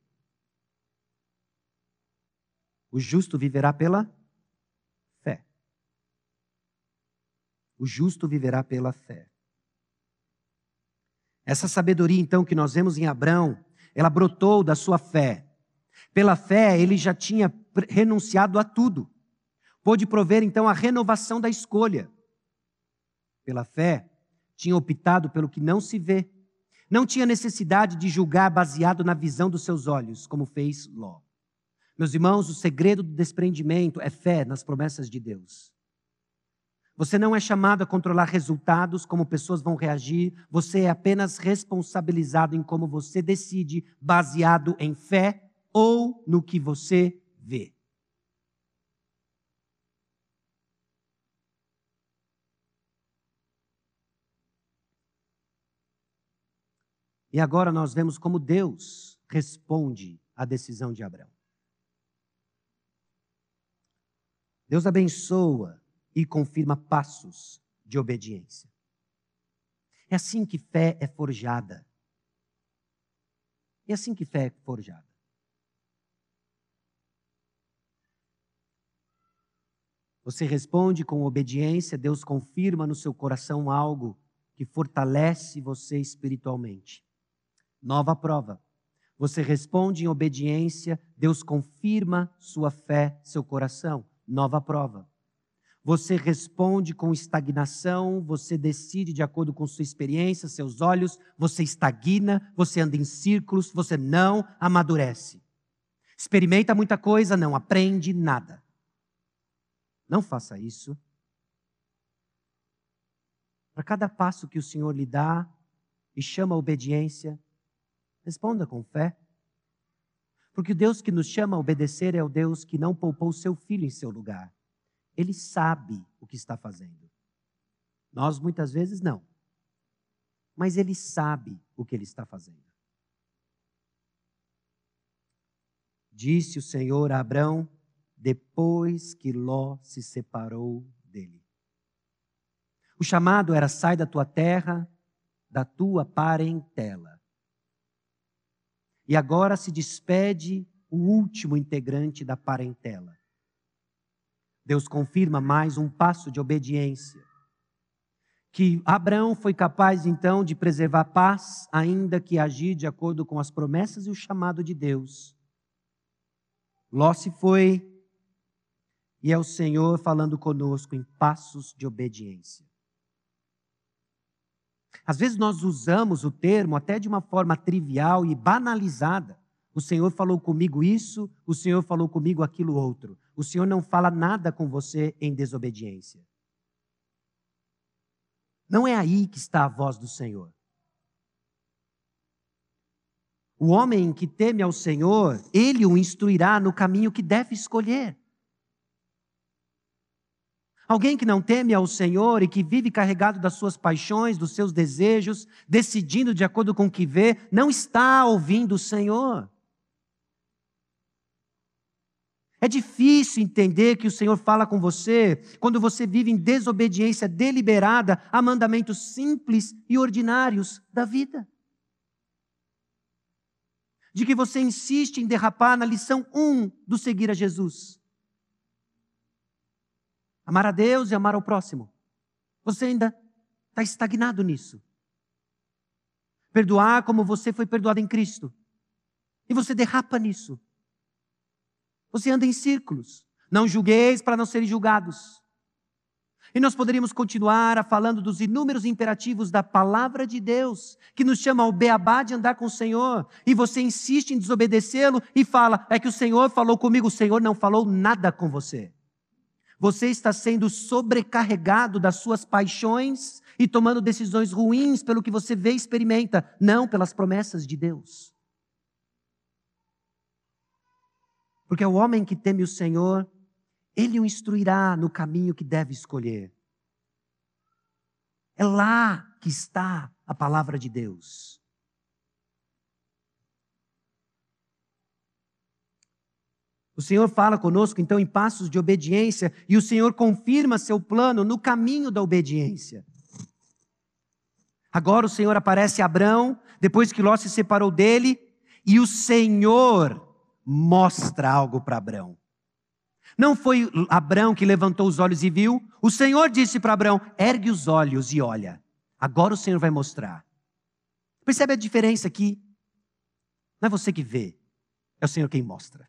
O justo viverá pela fé. O justo viverá pela fé. Essa sabedoria, então, que nós vemos em Abrão, ela brotou da sua fé. Pela fé, ele já tinha renunciado a tudo. Pôde prover, então, a renovação da escolha. Pela fé, tinha optado pelo que não se vê. Não tinha necessidade de julgar baseado na visão dos seus olhos, como fez Ló. Meus irmãos, o segredo do desprendimento é fé nas promessas de Deus. Você não é chamado a controlar resultados, como pessoas vão reagir. Você é apenas responsabilizado em como você decide, baseado em fé ou no que você vê. E agora nós vemos como Deus responde à decisão de Abrão. Deus abençoa e confirma passos de obediência. É assim que fé é forjada. É assim que fé é forjada. Você responde com obediência, Deus confirma no seu coração algo que fortalece você espiritualmente. Nova prova. Você responde em obediência, Deus confirma sua fé, seu coração. Nova prova. Você responde com estagnação, você decide de acordo com sua experiência, seus olhos, você estagna, você anda em círculos, você não amadurece. Experimenta muita coisa, não aprende nada. Não faça isso. Para cada passo que o Senhor lhe dá e chama a obediência, responda com fé. Porque o Deus que nos chama a obedecer é o Deus que não poupou seu filho em seu lugar. Ele sabe o que está fazendo. Nós muitas vezes não. Mas ele sabe o que ele está fazendo. Disse o Senhor a Abrão, depois que Ló se separou dele. O chamado era: sai da tua terra, da tua parentela. E agora se despede o último integrante da parentela. Deus confirma mais um passo de obediência. Que Abraão foi capaz então de preservar a paz, ainda que agir de acordo com as promessas e o chamado de Deus. Ló se foi, e é o Senhor falando conosco em passos de obediência. Às vezes nós usamos o termo até de uma forma trivial e banalizada. O Senhor falou comigo isso, o Senhor falou comigo aquilo outro. O Senhor não fala nada com você em desobediência. Não é aí que está a voz do Senhor. O homem que teme ao Senhor, Ele o instruirá no caminho que deve escolher. Alguém que não teme ao Senhor e que vive carregado das suas paixões, dos seus desejos, decidindo de acordo com o que vê, não está ouvindo o Senhor. É difícil entender que o Senhor fala com você quando você vive em desobediência deliberada a mandamentos simples e ordinários da vida. De que você insiste em derrapar na lição um do seguir a Jesus. Amar a Deus e amar ao próximo. Você ainda está estagnado nisso. Perdoar como você foi perdoado em Cristo. E você derrapa nisso. Você anda em círculos. Não julgueis para não serem julgados. E nós poderíamos continuar a falando dos inúmeros imperativos da palavra de Deus, que nos chama ao beabá de andar com o Senhor. E você insiste em desobedecê-lo e fala, é que o Senhor falou comigo. O Senhor não falou nada com você. Você está sendo sobrecarregado das suas paixões e tomando decisões ruins pelo que você vê e experimenta, não pelas promessas de Deus. Porque é o homem que teme o Senhor, Ele o instruirá no caminho que deve escolher. É lá que está a palavra de Deus. O Senhor fala conosco, então, em passos de obediência, e o Senhor confirma seu plano no caminho da obediência. Agora o Senhor aparece a Abrão, depois que Ló se separou dele, e o Senhor mostra algo para Abrão. Não foi Abrão que levantou os olhos e viu, o Senhor disse para Abrão, ergue os olhos e olha. Agora o Senhor vai mostrar. Percebe a diferença aqui? Não é você que vê, é o Senhor quem mostra.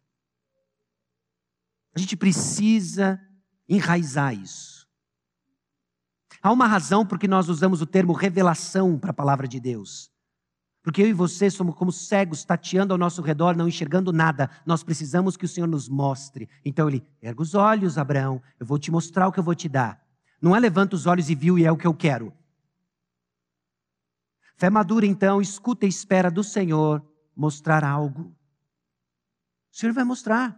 A gente precisa enraizar isso. Há uma razão por que nós usamos o termo revelação para a palavra de Deus. Porque eu e você somos como cegos, tateando ao nosso redor, não enxergando nada. Nós precisamos que o Senhor nos mostre. Então ele, erga os olhos, Abraão, eu vou te mostrar o que eu vou te dar. Não é levanta os olhos e viu e é o que eu quero. Fé madura, então, escuta e espera do Senhor mostrar algo. O Senhor vai mostrar.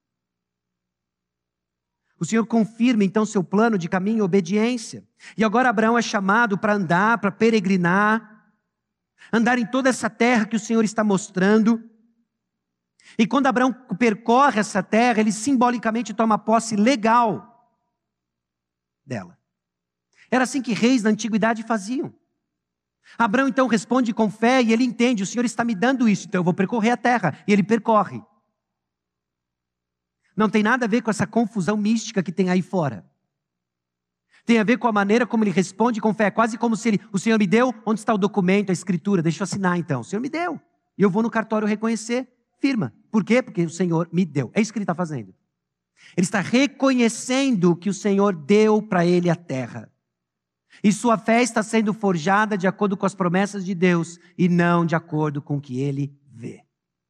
O Senhor confirma, então, seu plano de caminho e obediência. E agora Abraão é chamado para andar, para peregrinar, andar em toda essa terra que o Senhor está mostrando. E quando Abraão percorre essa terra, ele simbolicamente toma posse legal dela. Era assim que reis da antiguidade faziam. Abraão então responde com fé e ele entende, o Senhor está me dando isso, então eu vou percorrer a terra. E ele percorre. Não tem nada a ver com essa confusão mística que tem aí fora. Tem a ver com a maneira como ele responde com fé. Quase como se ele, o Senhor me deu, onde está o documento, a escritura? Deixa eu assinar então. O Senhor me deu. E eu vou no cartório reconhecer, firma. Por quê? Porque o Senhor me deu. É isso que ele está fazendo. Ele está reconhecendo que o Senhor deu para ele a terra. E sua fé está sendo forjada de acordo com as promessas de Deus e não de acordo com o que ele vê.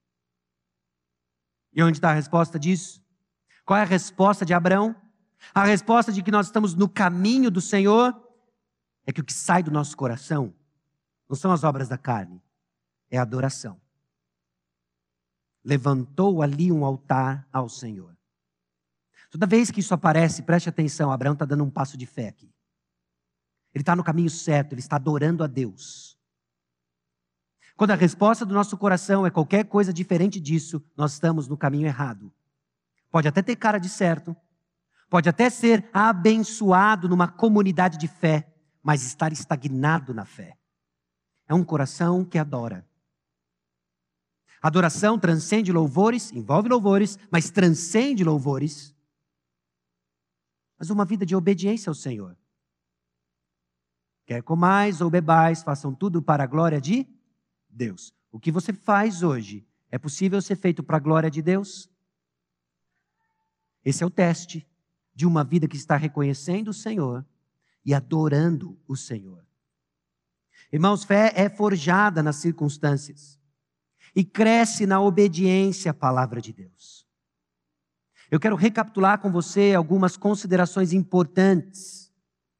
E onde está a resposta disso? Qual é a resposta de Abraão? A resposta de que nós estamos no caminho do Senhor é que o que sai do nosso coração não são as obras da carne, é a adoração. Levantou ali um altar ao Senhor. Toda vez que isso aparece, preste atenção, Abraão está dando um passo de fé aqui. Ele está no caminho certo, ele está adorando a Deus. Quando a resposta do nosso coração é qualquer coisa diferente disso, nós estamos no caminho errado. Pode até ter cara de certo, pode até ser abençoado numa comunidade de fé, mas estar estagnado na fé. É um coração que adora. Adoração transcende louvores, envolve louvores, mas transcende louvores. Mas uma vida de obediência ao Senhor. Quer comais ou bebais, façam tudo para a glória de Deus. O que você faz hoje, é possível ser feito para a glória de Deus? Esse é o teste de uma vida que está reconhecendo o Senhor e adorando o Senhor. Irmãos, fé é forjada nas circunstâncias e cresce na obediência à palavra de Deus. Eu quero recapitular com você algumas considerações importantes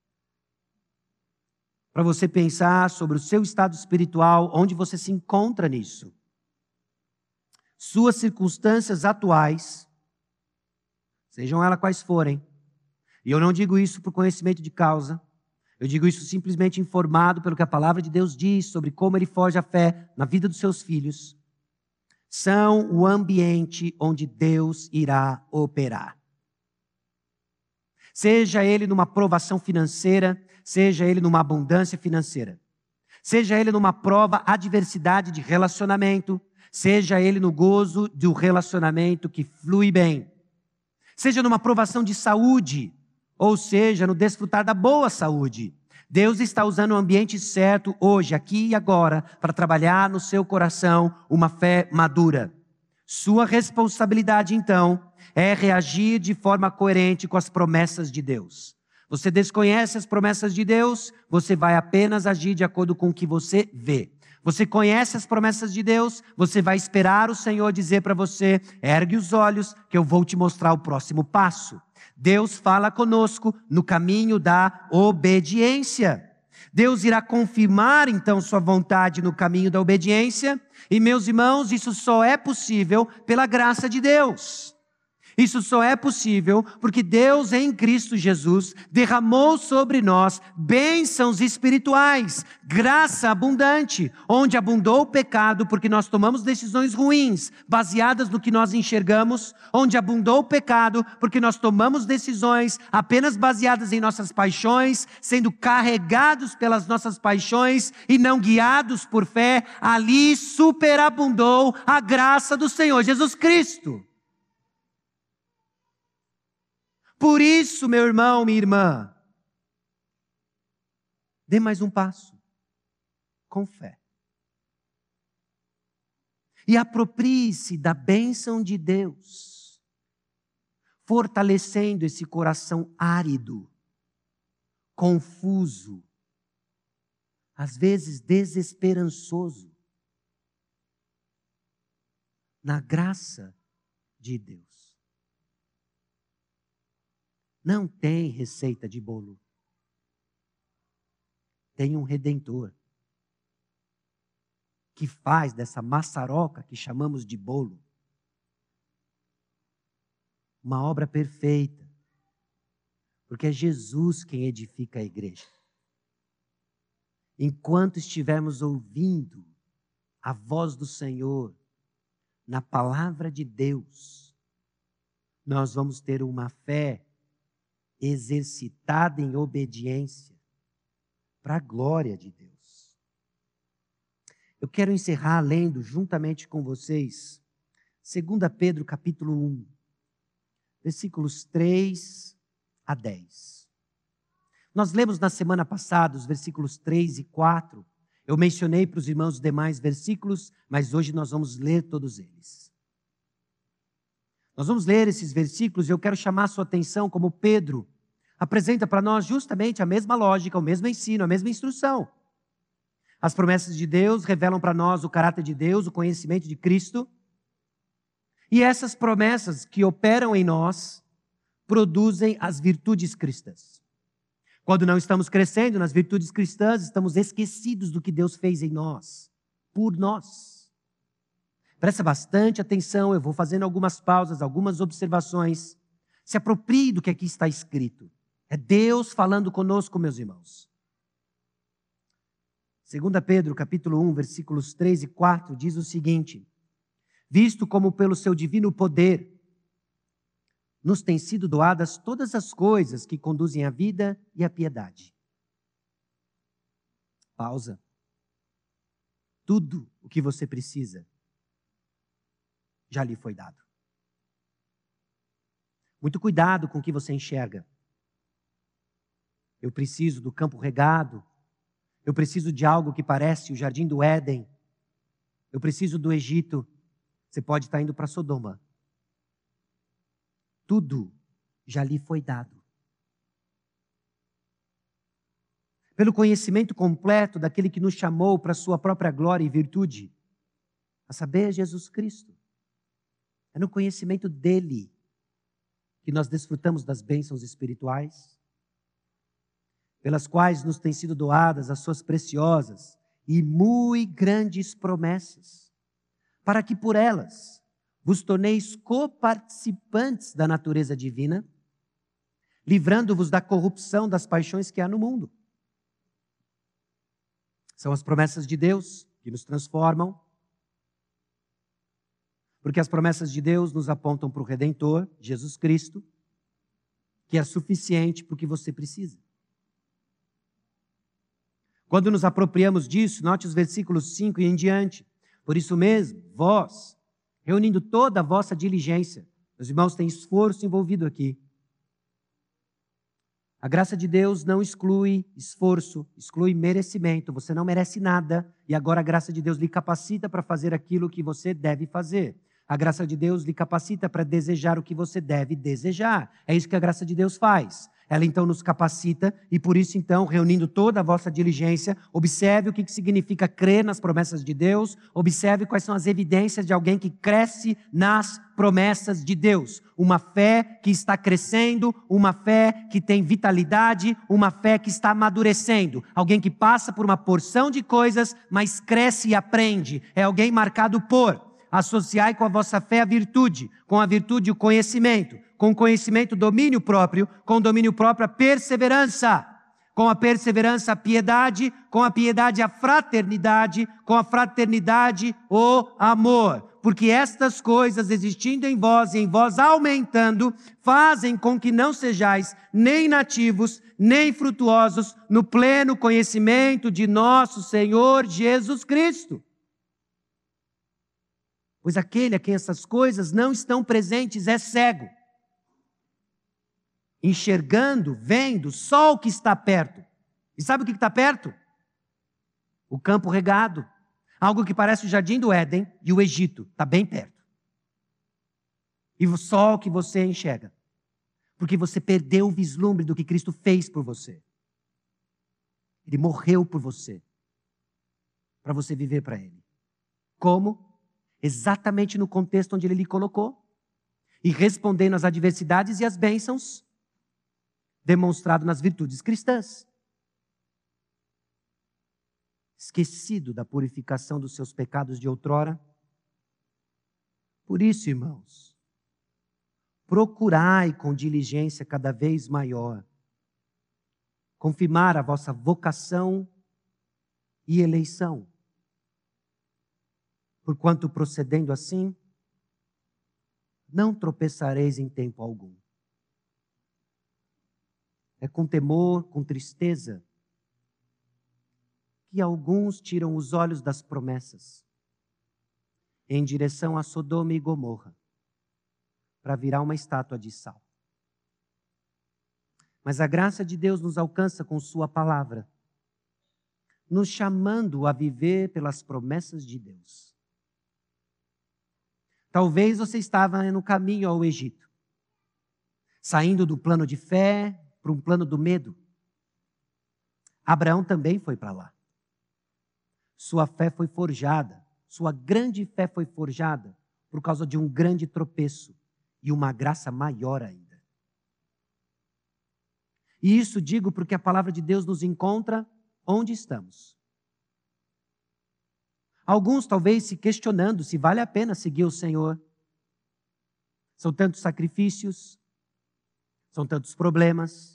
para você pensar sobre o seu estado espiritual, onde você se encontra nisso. Suas circunstâncias atuais, sejam elas quais forem, e eu não digo isso por conhecimento de causa, eu digo isso simplesmente informado pelo que a palavra de Deus diz sobre como Ele forja a fé na vida dos seus filhos, são o ambiente onde Deus irá operar. Seja ele numa provação financeira, seja ele numa abundância financeira, seja ele numa prova, adversidade de relacionamento, seja ele no gozo do relacionamento que flui bem, seja numa provação de saúde, ou seja, no desfrutar da boa saúde. Deus está usando o ambiente certo hoje, aqui e agora, para trabalhar no seu coração uma fé madura. Sua responsabilidade, então, é reagir de forma coerente com as promessas de Deus. Você desconhece as promessas de Deus, você vai apenas agir de acordo com o que você vê. Você conhece as promessas de Deus, você vai esperar o Senhor dizer para você, ergue os olhos que eu vou te mostrar o próximo passo. Deus fala conosco no caminho da obediência. Deus irá confirmar então sua vontade no caminho da obediência. E meus irmãos, isso só é possível pela graça de Deus. Isso só é possível porque Deus em Cristo Jesus derramou sobre nós bênçãos espirituais, graça abundante, onde abundou o pecado porque nós tomamos decisões ruins, baseadas no que nós enxergamos, onde abundou o pecado porque nós tomamos decisões apenas baseadas em nossas paixões, sendo carregados pelas nossas paixões e não guiados por fé, ali superabundou a graça do Senhor Jesus Cristo. Por isso, meu irmão, minha irmã, dê mais um passo, com fé. E aproprie-se da bênção de Deus, fortalecendo esse coração árido, confuso, às vezes desesperançoso, na graça de Deus. Não tem receita de bolo. Tem um Redentor que faz dessa maçaroca que chamamos de bolo uma obra perfeita, porque é Jesus quem edifica a igreja. Enquanto estivermos ouvindo a voz do Senhor na palavra de Deus, nós vamos ter uma fé exercitada em obediência para a glória de Deus. Eu quero encerrar lendo juntamente com vocês dois Pedro capítulo um, versículos três a dez. Nós lemos na semana passada os versículos três e quatro. Eu mencionei para os irmãos os demais versículos, mas hoje nós vamos ler todos eles. Nós vamos ler esses versículos e eu quero chamar a sua atenção como Pedro apresenta para nós justamente a mesma lógica, o mesmo ensino, a mesma instrução. As promessas de Deus revelam para nós o caráter de Deus, o conhecimento de Cristo. E essas promessas que operam em nós produzem as virtudes cristãs. Quando não estamos crescendo nas virtudes cristãs, estamos esquecidos do que Deus fez em nós, por nós. Presta bastante atenção, eu vou fazendo algumas pausas, algumas observações. Se aproprie do que aqui está escrito. É Deus falando conosco, meus irmãos. dois Pedro, capítulo um, versículos três e quatro, diz o seguinte: visto como pelo seu divino poder nos têm sido doadas todas as coisas que conduzem à vida e à piedade. Pausa. Tudo o que você precisa já lhe foi dado. Muito cuidado com o que você enxerga. Eu preciso do campo regado. Eu preciso de algo que parece o jardim do Éden. Eu preciso do Egito. Você pode estar indo para Sodoma. Tudo já lhe foi dado. Pelo conhecimento completo daquele que nos chamou para a sua própria glória e virtude, a saber, Jesus Cristo. É no conhecimento dele que nós desfrutamos das bênçãos espirituais, pelas quais nos têm sido doadas as suas preciosas e muito grandes promessas, para que por elas vos torneis coparticipantes da natureza divina, livrando-vos da corrupção das paixões que há no mundo. São as promessas de Deus que nos transformam, porque as promessas de Deus nos apontam para o Redentor, Jesus Cristo, que é suficiente para o que você precisa. Quando nos apropriamos disso, note os versículos cinco e em diante. Por isso mesmo, vós, reunindo toda a vossa diligência, meus irmãos, tem esforço envolvido aqui. A graça de Deus não exclui esforço, exclui merecimento. Você não merece nada e agora a graça de Deus lhe capacita para fazer aquilo que você deve fazer. A graça de Deus lhe capacita para desejar o que você deve desejar. É isso que a graça de Deus faz. Ela então nos capacita e por isso então, reunindo toda a vossa diligência, observe o que significa crer nas promessas de Deus, observe quais são as evidências de alguém que cresce nas promessas de Deus. Uma fé que está crescendo, uma fé que tem vitalidade, uma fé que está amadurecendo. Alguém que passa por uma porção de coisas, mas cresce e aprende. É alguém marcado por... Associai com a vossa fé a virtude, com a virtude o conhecimento, com o conhecimento o domínio próprio, com o domínio próprio a perseverança, com a perseverança a piedade, com a piedade a fraternidade, com a fraternidade o amor. Porque estas coisas existindo em vós e em vós aumentando, fazem com que não sejais nem nativos, nem frutuosos no pleno conhecimento de nosso Senhor Jesus Cristo. Pois aquele a quem essas coisas não estão presentes é cego, enxergando, vendo só o que está perto. E sabe o que está perto? O campo regado. Algo que parece o jardim do Éden e o Egito. Está bem perto. E só o que você enxerga. Porque você perdeu o vislumbre do que Cristo fez por você. Ele morreu por você. Para você viver para Ele. Como? Exatamente no contexto onde Ele lhe colocou. E respondendo às adversidades e às bênçãos, demonstrado nas virtudes cristãs. Esquecido da purificação dos seus pecados de outrora. Por isso, irmãos, procurai com diligência cada vez maior confirmar a vossa vocação e eleição. Porquanto procedendo assim, não tropeçareis em tempo algum. É com temor, com tristeza, que alguns tiram os olhos das promessas em direção a Sodoma e Gomorra, para virar uma estátua de sal. Mas a graça de Deus nos alcança com sua palavra, nos chamando a viver pelas promessas de Deus. Talvez você estava no caminho ao Egito, saindo do plano de fé para um plano do medo. Abraão também foi para lá. Sua fé foi forjada, sua grande fé foi forjada por causa de um grande tropeço e uma graça maior ainda. E isso digo porque a palavra de Deus nos encontra onde estamos. Alguns talvez se questionando se vale a pena seguir o Senhor. São tantos sacrifícios, são tantos problemas.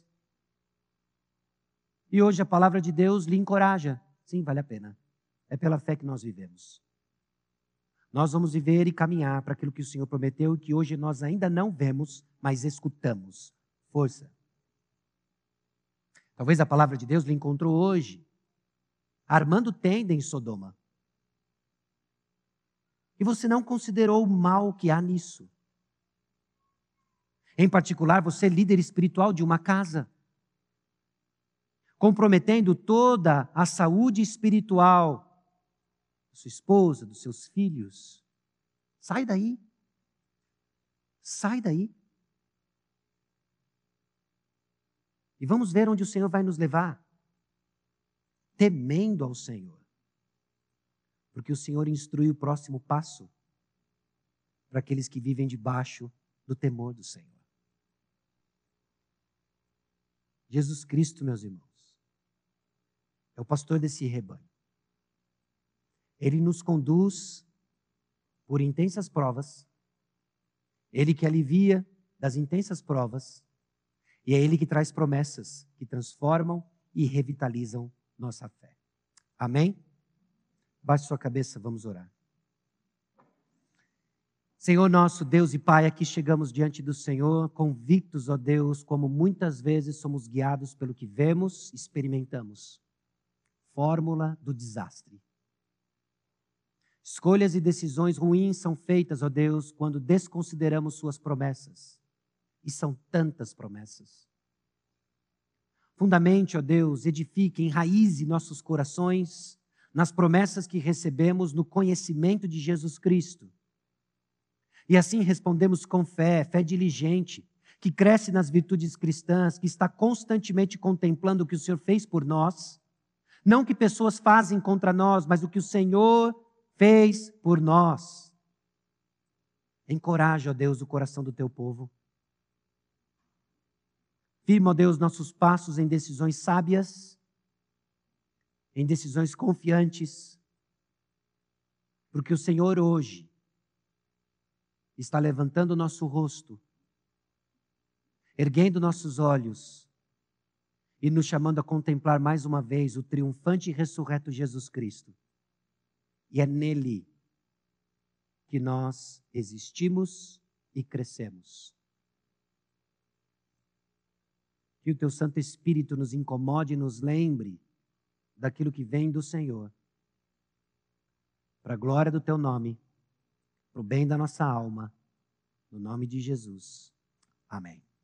E hoje a palavra de Deus lhe encoraja. Sim, vale a pena. É pela fé que nós vivemos. Nós vamos viver e caminhar para aquilo que o Senhor prometeu e que hoje nós ainda não vemos, mas escutamos. Força. Talvez a palavra de Deus lhe encontrou hoje, armando tenda em Sodoma. E você não considerou o mal que há nisso. Em particular, você é líder espiritual de uma casa, comprometendo toda a saúde espiritual da sua esposa, dos seus filhos. Sai daí. Sai daí. E vamos ver onde o Senhor vai nos levar. Temendo ao Senhor. Porque o Senhor instrui o próximo passo para aqueles que vivem debaixo do temor do Senhor. Jesus Cristo, meus irmãos, é o pastor desse rebanho. Ele nos conduz por intensas provas. Ele que alivia das intensas provas. E é Ele que traz promessas que transformam e revitalizam nossa fé. Amém? Baixe sua cabeça, vamos orar. Senhor nosso Deus e Pai, aqui chegamos diante do Senhor, convictos, ó Deus, como muitas vezes somos guiados pelo que vemos, experimentamos. Fórmula do desastre. Escolhas e decisões ruins são feitas, ó Deus, quando desconsideramos suas promessas. E são tantas promessas. Fundamente, ó Deus, edifique, enraize nossos corações nas promessas que recebemos no conhecimento de Jesus Cristo. E assim respondemos com fé, fé diligente, que cresce nas virtudes cristãs, que está constantemente contemplando o que o Senhor fez por nós. Não o que pessoas fazem contra nós, mas o que o Senhor fez por nós. Encoraja, ó Deus, o coração do teu povo. Firma, ó Deus, nossos passos em decisões sábias, em decisões confiantes, porque o Senhor hoje está levantando o nosso rosto, erguendo nossos olhos e nos chamando a contemplar mais uma vez o triunfante e ressurreto Jesus Cristo. E é nele que nós existimos e crescemos. Que o teu Santo Espírito nos incomode e nos lembre daquilo que vem do Senhor, para a glória do teu nome, para o bem da nossa alma, no nome de Jesus. Amém.